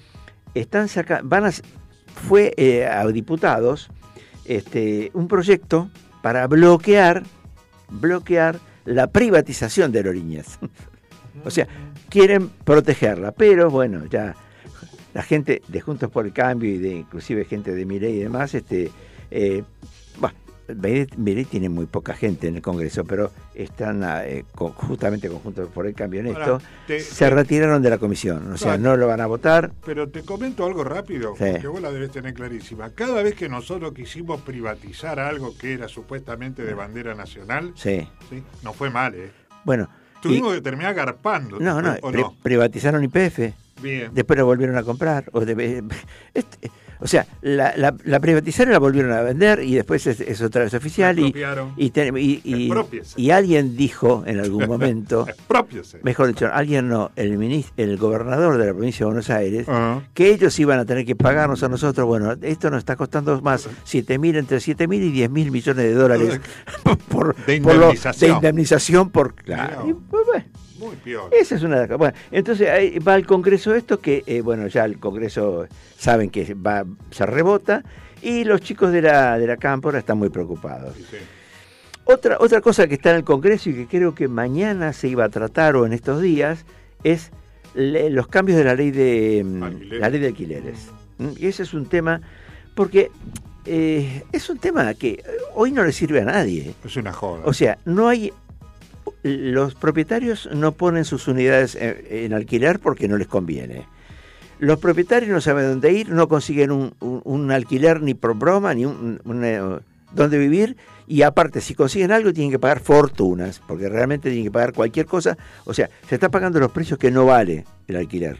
están saca, van a, fue eh, a diputados este, un proyecto para bloquear, bloquear la privatización de Aerolíneas. O sea, quieren protegerla, pero bueno, ya la gente de Juntos por el Cambio y de inclusive gente de Milei y demás, este, eh, bueno, Milei tiene muy poca gente en el Congreso, pero están eh, con, justamente con Juntos por el Cambio en esto, Ahora, te, se te, retiraron de la comisión, o sea, claro, no lo van a votar. Pero te comento algo rápido, sí, porque vos la debes tener clarísima. Cada vez que nosotros quisimos privatizar algo que era supuestamente de bandera nacional, sí, ¿sí? No fue mal, ¿eh? Bueno, tuvimos y, que terminar garpando. No, no, pri no, privatizaron Y P F. Bien. Después lo volvieron a comprar. O, de, este, o sea, la, la, la privatizaron, la volvieron a vender y después es, es otra vez oficial. Y, y, te, y, y, y alguien dijo en algún momento, mejor dicho, alguien no, el, ministro, el gobernador de la provincia de Buenos Aires, uh-huh, que ellos iban a tener que pagarnos a nosotros. Bueno, esto nos está costando más siete mil, entre siete mil y diez mil millones de dólares por, de indemnización. Por lo, de indemnización por. Claro, y, pues, bueno, muy peor. Esa es una de las cosas. Bueno, entonces ahí va al Congreso esto, que eh, bueno, ya el Congreso saben que va, se rebota, y los chicos de la, de la Cámpora están muy preocupados. Sí, sí. Otra, otra cosa que está en el Congreso y que creo que mañana se iba a tratar o en estos días es le, los cambios de la ley de alquileres. la ley de alquileres. Y ese es un tema, porque eh, es un tema que hoy no le sirve a nadie. Es una joda. O sea, no hay... Los propietarios no ponen sus unidades en, en alquiler porque no les conviene. Los propietarios no saben dónde ir, no consiguen un, un, un alquiler ni por broma, ni un, un, un, dónde vivir, y aparte, si consiguen algo, tienen que pagar fortunas, porque realmente tienen que pagar cualquier cosa. O sea, se está pagando los precios que no vale el alquiler.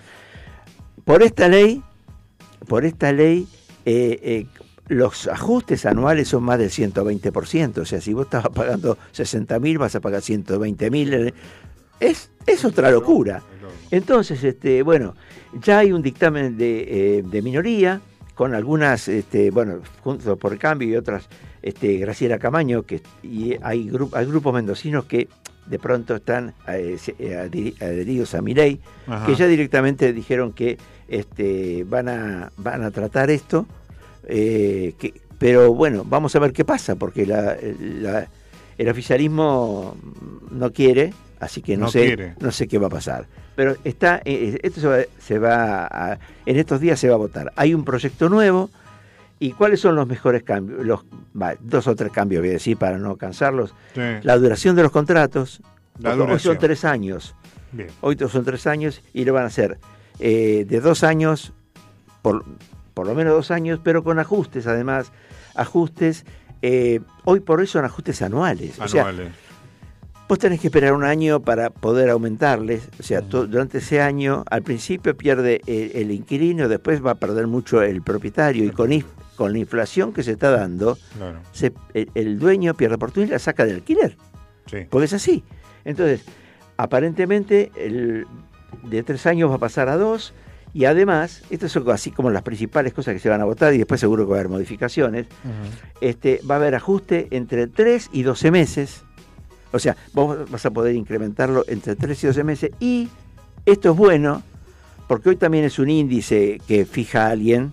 Por esta ley, por esta ley, eh, eh, los ajustes anuales son más del ciento veinte por ciento. O sea, si vos estabas pagando sesenta mil, vas a pagar ciento veinte mil. Es, es otra locura. Entonces, este, bueno, ya hay un dictamen de, eh, de minoría con algunas, este, bueno, Juntos por el Cambio y otras, este, Graciela Camaño, que, y hay, gru hay grupos mendocinos que de pronto están eh, adheridos a Milei, que ya directamente dijeron que este, van a, van a tratar esto. Eh, que, pero bueno, vamos a ver qué pasa, porque la, la, el oficialismo no quiere, así que no, no sé quiere. no sé qué va a pasar. Pero está eh, esto se va, se va a, en estos días se va a votar. Hay un proyecto nuevo, y ¿cuáles son los mejores cambios? Los va, dos o tres cambios, voy a decir para no cansarlos. Sí. La duración de los contratos. La duración. Hoy son tres años. Bien. Hoy son tres años y lo van a hacer eh, de dos años por por lo menos dos años, pero con ajustes, además, ajustes, eh, hoy por hoy son ajustes anuales. Anuales. O sea, vos tenés que esperar un año para poder aumentarles, o sea, uh-huh, durante ese año, al principio pierde el, el inquilino, después va a perder mucho el propietario, uh-huh, y con, con la inflación que se está dando, claro, se, el, el dueño pierde oportunidad y la saca del alquiler, sí, porque es así. Entonces, aparentemente, el, de tres años va a pasar a dos. Y además, estas son así como las principales cosas que se van a votar, y después seguro que va a haber modificaciones. Uh-huh. este, va a haber ajuste entre tres y doce meses. O sea, vos vas a poder incrementarlo entre tres y doce meses. Y esto es bueno, porque hoy también es un índice que fija a alguien.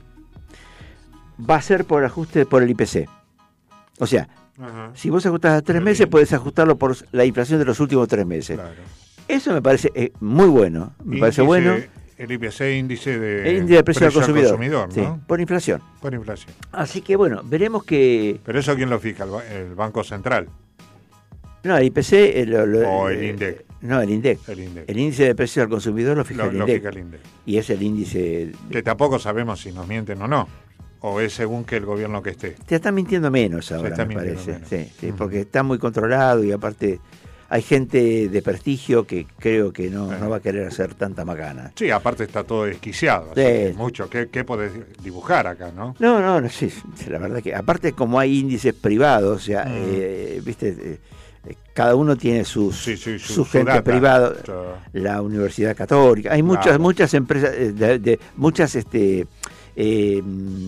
Va a ser por ajuste por el I P C. O sea, uh-huh, si vos ajustás a tres meses, podés ajustarlo por la inflación de los últimos tres meses. Claro. Eso me parece eh, muy bueno. Me índice... parece bueno. El I P C, índice de, el índice de precio, precio al consumidor, al consumidor, ¿no? Sí, por inflación. Por inflación. Así que bueno, veremos que... ¿Pero eso quién lo fija? ¿El, el Banco Central? No, el I P C... El, el, ¿O el INDEC? No, el INDEC. El INDEC. El índice de precio al consumidor lo fija, lo, el, lo INDEC, fija el INDEC. Y es el índice... Que tampoco sabemos si nos mienten o no. ¿O es según que el gobierno que esté? Te están mintiendo menos ahora, me parece. Menos. Sí, sí, uh-huh, porque está muy controlado y aparte... Hay gente de prestigio que creo que no, eh. no va a querer hacer tanta macana. Sí, aparte está todo desquiciado. Sí. Así que mucho. ¿Qué, ¿Qué podés dibujar acá, no? No, no, no, sí. La verdad que, aparte, como hay índices privados, o sea, mm. eh, viste, eh, cada uno tiene sus, sí, sí, su, su gente privada. La Universidad Católica. Hay muchas, claro, muchas empresas, de, de, muchas, este. Eh,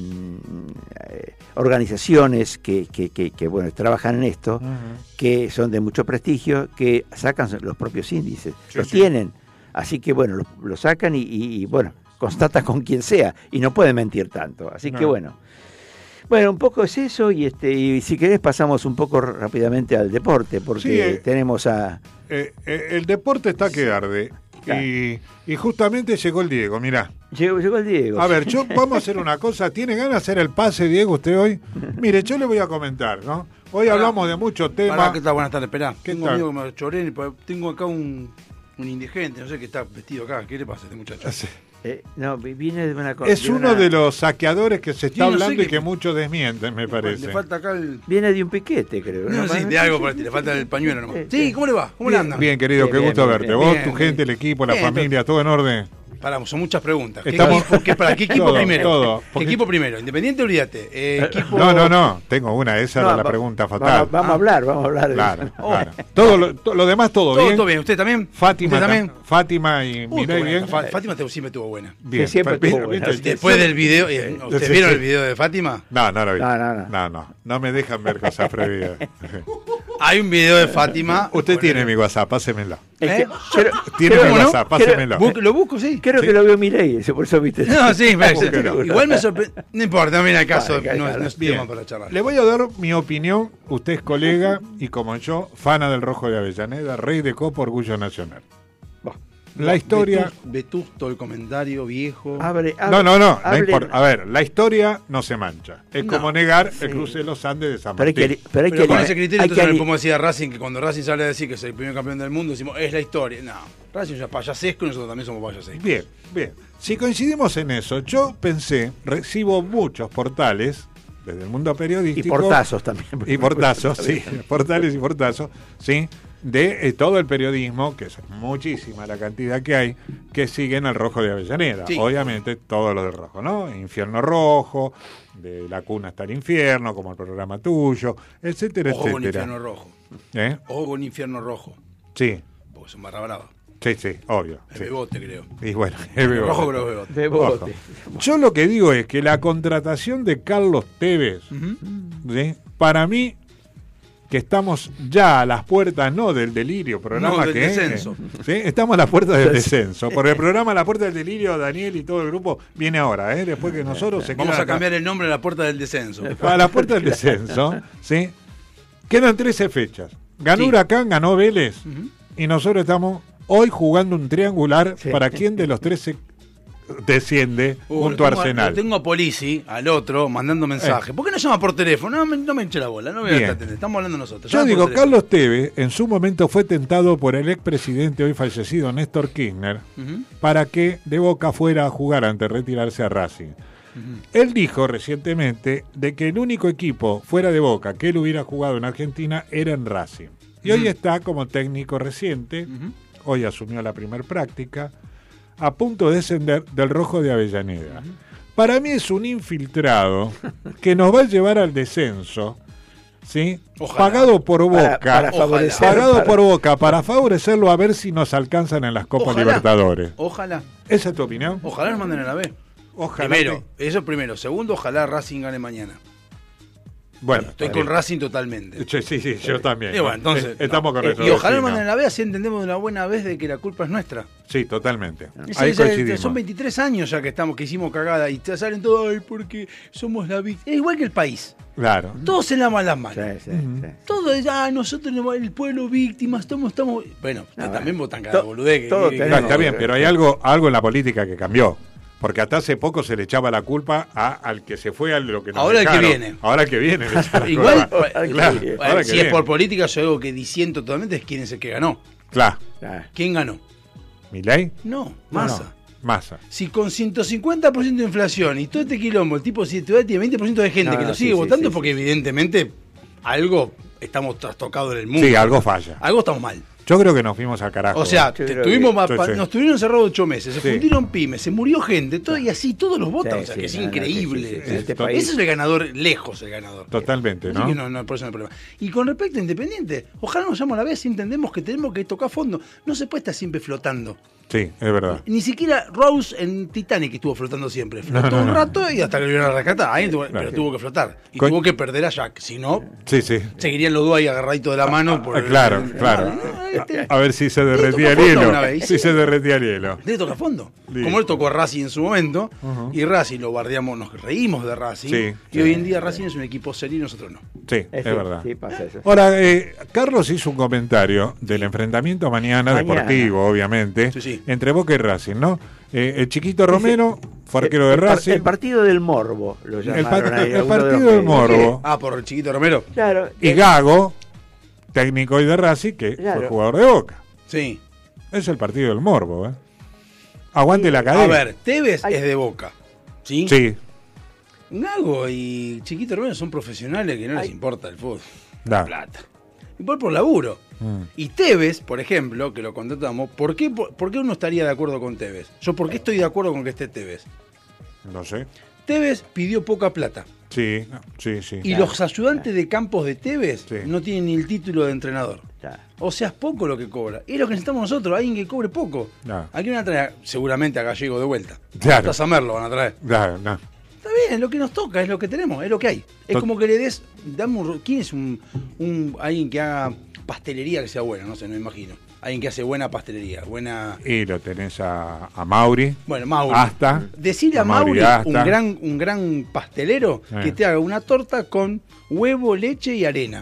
organizaciones que, que, que, que bueno trabajan en esto, uh-huh, que son de mucho prestigio, que sacan los propios índices, sí, los sí, tienen, así que bueno, lo, lo sacan y, y, y bueno, constata con quien sea y no puede mentir tanto. Así No. que bueno. Bueno, un poco es eso y este y si querés pasamos un poco rápidamente al deporte porque Sí, eh, tenemos a... Eh, eh, el deporte está que arde. Claro. Y, y justamente llegó el Diego, mirá. Llegó, llegó el Diego. A ver, yo vamos a hacer una cosa. ¿Tiene ganas de hacer el pase, Diego, usted hoy? Mire, yo le voy a comentar, ¿no? Hoy Pará. hablamos de muchos temas. Pará, ¿qué tal? Buenas tardes, esperá. ¿Qué Tengo tal? un amigo que me choré, pues, tengo acá un, un indigente, no sé qué está vestido acá. ¿Qué le pasa a este muchacho? Eh, no, viene de una cosa. Es uno de los saqueadores que se está Sí, no sé hablando y qué- que muchos desmienten, me parece. Le falta acá el... Viene de un piquete, creo. No, sí, de algo por el le falta el pañuelo nomás. Sí, ¿cómo le va? ¿Cómo le Bien, andan? bien, querido, qué Bien, gusto bien, verte. bien, Vos, bien, tu bien. gente, el equipo, la Bien, familia, todo en orden. Paramos, son muchas preguntas. ¿Qué Estamos- equipo, qué, para, ¿qué equipo Todo, primero? todo, ¿Qué porque- equipo primero? Independiente, olvídate. Eh, equipo... No, no, no. Tengo una, esa No, era la va- pregunta Vamos, fatal. vamos a hablar, vamos a hablar de Claro, eso. claro. Todo lo, to- lo demás, todo, Todo, bien. todo bien. ¿Usted también? Fátima, ¿Usted también? tam- Fátima y Uh, Mireille, qué bien. buena. Fa- Fátima te- siempre estuvo buena. Bien. Sí, siempre Fa- estuvo ¿viste? buena. ¿Viste? Después del video, eh, ¿ustedes Sí, vieron sí. el video de Fátima? No, no lo vi. No, no, no. No, no. No me dejan ver cosas prohibidas. Hay un video de Fátima. Usted Bueno, tiene mi WhatsApp, pásemelo. Es que- ¿Eh? creo- Tiene creo- mi ¿cómo no? WhatsApp, pásemelo. Bu- ¿Lo busco? Sí. Creo Sí. que lo vio Mireille, por eso viste. No, sí, me- ¿Cómo que no? igual me sorprende. No importa, mira el caso, Vale, no, claro. no es Bien. tema para charlar. Le voy a dar mi opinión. Usted es colega y, como yo, fana del Rojo de Avellaneda, rey de Copa, orgullo nacional. La historia. Vetus- Vetusto, el comentario viejo. Abre, abre- No, no, no. no hablen- importa. A ver, la historia no se mancha. Es No. como negar Sí. el cruce de los Andes de San Pero hay Martín. que, pero hay Pero que, con ese criterio, hay que entonces no ali- le podemos decir a Racing que cuando Racing sale a decir que es el primer campeón del mundo, decimos, es la historia. No, Racing ya es payasesco y nosotros también somos payasescos. Bien, bien. Si coincidimos en eso, yo pensé, recibo muchos portales desde el mundo y periodístico. portazos también. Y portazos, sí. Portales y portazos, sí. De eh, todo el periodismo, que es muchísima la cantidad que hay, que siguen al Rojo de Avellaneda. Sí. Obviamente, todo lo del Rojo, ¿no? Infierno Rojo, de La Cuna hasta el Infierno, como el programa tuyo, etcétera, Ojo con etcétera. infierno rojo. ¿Eh? Ojo con infierno rojo. Sí, Porque son barra brava. sí, sí, obvio. El sí. bebote, creo. Y bueno, el bebote. Rojo creo que bebote. Bebote. Ojo. Yo lo que digo es que la contratación de Carlos Tevez, ¿sí? Para mí, que estamos ya a las puertas, no del delirio, programa No, del que descenso. ¿sí? Estamos a las puertas del descenso, porque el programa La Puerta del Delirio, Daniel y todo el grupo viene ahora, ¿eh? Después que nosotros se Vamos quedan a cambiar el nombre de la puerta del descenso. a la puerta del descenso, ¿sí? Quedan trece fechas. Ganó Sí. Huracán, ganó Vélez, y nosotros estamos hoy jugando un triangular Sí. para quién de los trece desciende Uh, junto a lo tengo Arsenal. Lo tengo a Polisi, al otro, mandando mensaje. ¿Por qué no llama por teléfono? No me, no me eche la bola, no me voy a Bien. atender. Estamos hablando nosotros. Yo Llama por digo, teléfono. Carlos Tevez en su momento fue tentado por el expresidente hoy fallecido Néstor Kirchner Ujú. para que de Boca fuera a jugar antes de retirarse a Racing. Él dijo recientemente de que el único equipo fuera de Boca que él hubiera jugado en Argentina era en Racing. Y hoy Ujú. está como técnico reciente, Ujú. hoy asumió la primer práctica, a punto de descender del Rojo de Avellaneda. Para mí es un infiltrado que nos va a llevar al descenso, ¿sí? Ojalá. Pagado por Boca, Para- para favorecer, pagado para- por Boca para favorecerlo a ver si nos alcanzan en las Copas Ojalá. Libertadores. Ojalá. ¿Esa es tu opinión? Ojalá nos manden a la B. Ojalá. Primero, que- eso primero. Segundo, ojalá Racing gane mañana. Bueno, Estoy está con bien. Racing totalmente. Sí, sí, sí, yo también. Y bueno, entonces, Eh, Estamos no. con Eh, eso. Y ojalá nos sí, manden no. a la B, así entendemos de una buena vez de que la culpa es nuestra. Sí, totalmente. Ese- Ahí ese- coincidimos. son veintitrés años ya que estamos, que hicimos cagada y te salen todos, ay, porque somos la víctima. Es igual que el país. Claro. Todos se lavan las manos. Sí, sí, sí. Todo es, ah, nosotros, el pueblo víctimas, estamos, estamos. Bueno, ustedes No, también bueno. votan cada To- boludez. que- todo que- No, tenemos- está bien, pero hay algo, algo en la política que cambió. Porque hasta hace poco se le echaba la culpa a, al que se fue a lo que nos Ahora el que dejaron. viene. Ahora el que viene. le echa la Igual, culpa. Ahora que Claro, viene. ahora que si viene. es por política, yo algo que disiento totalmente es quién es el que ganó. Claro. Ah, ¿Quién ganó? ¿Milei? No, Massa. Massa. Si con ciento cincuenta por ciento de inflación y todo este quilombo, el tipo si todavía tiene veinte por ciento de gente No, que no, lo sí, sigue sí, votando, sí, porque evidentemente algo estamos trastocados en el mundo. Sí, algo falla. Algo estamos mal. Yo creo que nos fuimos al carajo. O sea, Yo te- creo tuvimos que- más Sí, pa- sí. nos tuvieron encerrados ocho meses, se Sí. fundieron pymes, se murió gente, todo, y así todos los votan, Sí, o sea, sí, que es no, no, increíble. sí, sí, sí, en este Ese país- Ese es el ganador, lejos el ganador. Totalmente, Así ¿no? que no, no, por eso no hay problema. Y con respecto a Independiente, ojalá nos llamo a la vez y entendemos que tenemos que tocar fondo. No se puede estar siempre flotando. Sí, es verdad. Ni siquiera Rose en Titanic estuvo flotando siempre. Flotó No, no, un no. rato y hasta que lo iban a rescatar. Ahí tuvo, Claro. pero tuvo que flotar. Y Con- tuvo que perder a Jack. Si no, Sí, sí. seguirían los dos ahí agarraditos de la mano. Por Ah, claro, el- claro. Este- A ver si se derretía el tocó fondo hielo. una vez. Si se derretía el hielo. Le toca a fondo. Listo. Como él tocó a Racing en su momento, Ujú. y Racing lo bardeamos, nos reímos de Racing. Sí, y sí. hoy en día Racing es un equipo serio y nosotros no. Sí, es sí, verdad. sí, pasa eso. Ahora, eh, Carlos hizo un comentario del enfrentamiento mañana, Mañana. deportivo, obviamente, Sí, sí. entre Boca y Racing, ¿no? Eh, el chiquito Romero fue arquero de el, par- Racing. el partido del morbo, lo El llamaron pa- ahí, el alguno de los partido del medios. morbo. Ah, por el chiquito Romero. Claro. Y eh, Gago, técnico hoy de Racing, que Claro. fue jugador de Boca. Sí. Es el partido del morbo, ¿eh? Aguante la A cadena. ver, Tevez es de Boca. ¿Sí? Sí, Gago y Chiquito Romero son profesionales que no les importa el fútbol. da. La plata. Y por, por laburo. Mm. Y Tevez, por ejemplo, que lo contratamos, ¿por qué, por, por qué uno estaría de acuerdo con Tevez? Yo, ¿por qué estoy de acuerdo con que esté Tevez? No sé. Tevez pidió poca plata. Sí, no, sí, sí. Y los ayudantes de campos de Tevez Sí. no tienen ni el título de entrenador. Claro. O sea, es poco lo que cobra. Es lo que necesitamos nosotros, alguien que cobre poco. No. Aquí van a traer seguramente a Gallego de vuelta. Claro. Hasta Samer lo van a traer. Da, no. Está bien, es lo que nos toca, es lo que tenemos, es lo que hay. Es Tot- como que le des, dame un- ¿quién es un, un alguien que haga pastelería que sea buena? No sé, no me imagino. Alguien que hace buena pastelería, buena. Y lo tenés a, a Mauri. Bueno, Mauri. Hasta. Decirle a a Mauri Mauri, Asta. un gran, un gran pastelero, Eh. que te haga una torta con huevo, leche y arena.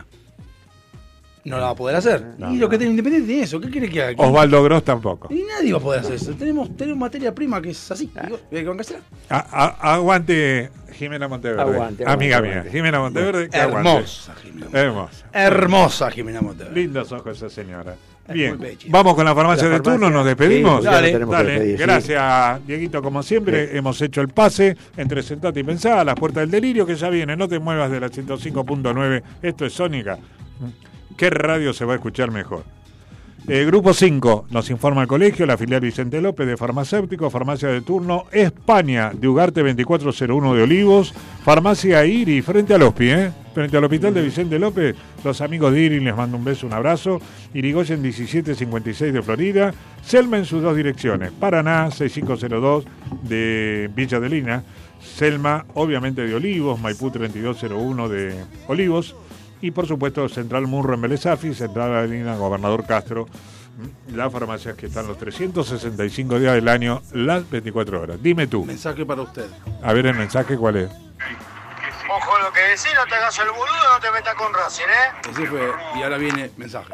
No la va a poder hacer. No, y lo que tiene Independiente tiene eso. ¿Qué quiere que haga? Osvaldo Gross tampoco. Y nadie va a poder hacer eso. Tenemos, tenemos materia prima que es así. Digo, hay que bancársela. A- a- aguante Jimena Monteverde. Aguante, aguante, Amiga aguante. mía. Jimena Monteverde. que aguante. Hermosa, Jimena. Hermosa. Hermosa Jimena Monteverde. Lindos ojos esa señora. Es Bien, muy bella. vamos con la farmacia La de turno, farmacia. nos despedimos. Sí, ya Dale, lo tenemos que Dale, despedir, sí. gracias Dieguito, como siempre, hemos hecho el pase entre Sentate y Pensá, a las puertas del delirio, que ya viene, no te muevas de la ciento cinco punto nueve, esto es Sónica. ¿Qué radio se va a escuchar mejor? Eh, Grupo cinco, nos informa el colegio, la filial Vicente López de farmacéutico, farmacia de turno, España, de Ugarte veinticuatro cero uno de Olivos, farmacia Iri, frente al Hospi, ¿eh? frente al hospital de Vicente López, los amigos de Iri les mando un beso, un abrazo, Irigoyen diecisiete cincuenta y seis de Florida, Selma en sus dos direcciones, Paraná sesenta y cinco cero dos de Villa de Lina, Selma obviamente de Olivos, Maipú treinta y dos cero uno de Olivos, y por supuesto Central Munro en Belezafi, Central Avenida Gobernador Castro, las farmacias que están los trescientos sesenta y cinco días del año, las veinticuatro horas. Dime tú, Mensaje para usted. a ver el mensaje cuál es. Ojo lo que decís, no te hagas el boludo, no te metas con Racing, ¿eh? Ese fue, y ahora viene mensaje.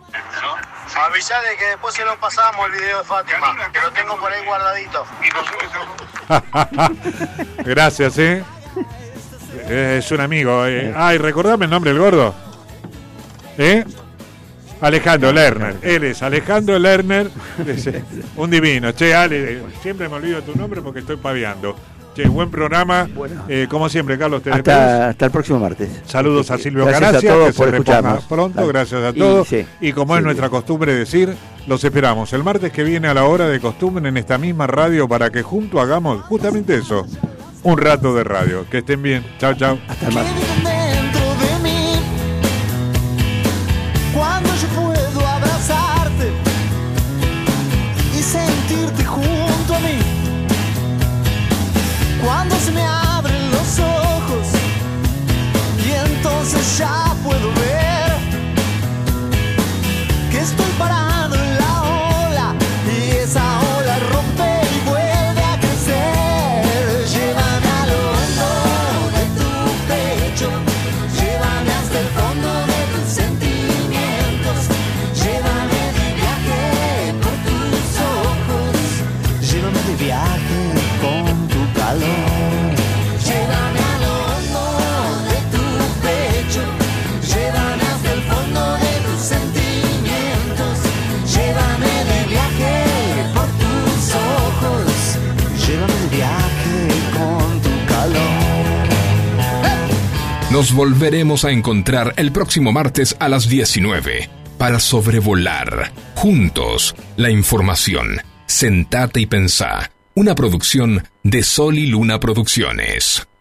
Avisá de que después se lo pasamos el video de Fátima, que lo tengo por ahí guardadito. Gracias, ¿eh? Es un amigo. Eh. Ay, recordame el nombre del gordo. ¿Eh? Alejandro Lerner. Él es Alejandro Lerner. Un divino. Che, Ale, siempre me olvido tu nombre porque estoy paviando. Che, buen programa. Bueno. Eh, como siempre, Carlos, te despides. Hasta, hasta el próximo martes. Saludos a Silvio Gracias Caracia, a todos que se por reponga escucharnos. pronto. Dale. Gracias a Y, todos. sí, Y como es sí, nuestra bien. costumbre decir, los esperamos el martes que viene a la hora de costumbre en esta misma radio para que juntos hagamos justamente eso. Un rato de radio. Que estén bien. Chao, chao. Hasta el martes. Dentro de mí, cuando yo puedo abrazarte y sentirte junto a mí, cuando se me abren los ojos y entonces ya puedo ver que estoy parado en la ola y esa ola rompe y vuelve a crecer. Llévame a lo hondo de tu pecho, llévame hasta el fondo de tus sentimientos, llévame de viaje por tus ojos, llévame de viaje con tu calor, llévame a lo hondo de tu pecho, llévame hasta el fondo de tus sentimientos, llévame de viaje por tus ojos, llévame de viaje con tu calor. Nos volveremos a encontrar el próximo martes a las diecinueve para sobrevolar juntos la información. Sentate y pensá. Una producción de Sol y Luna Producciones.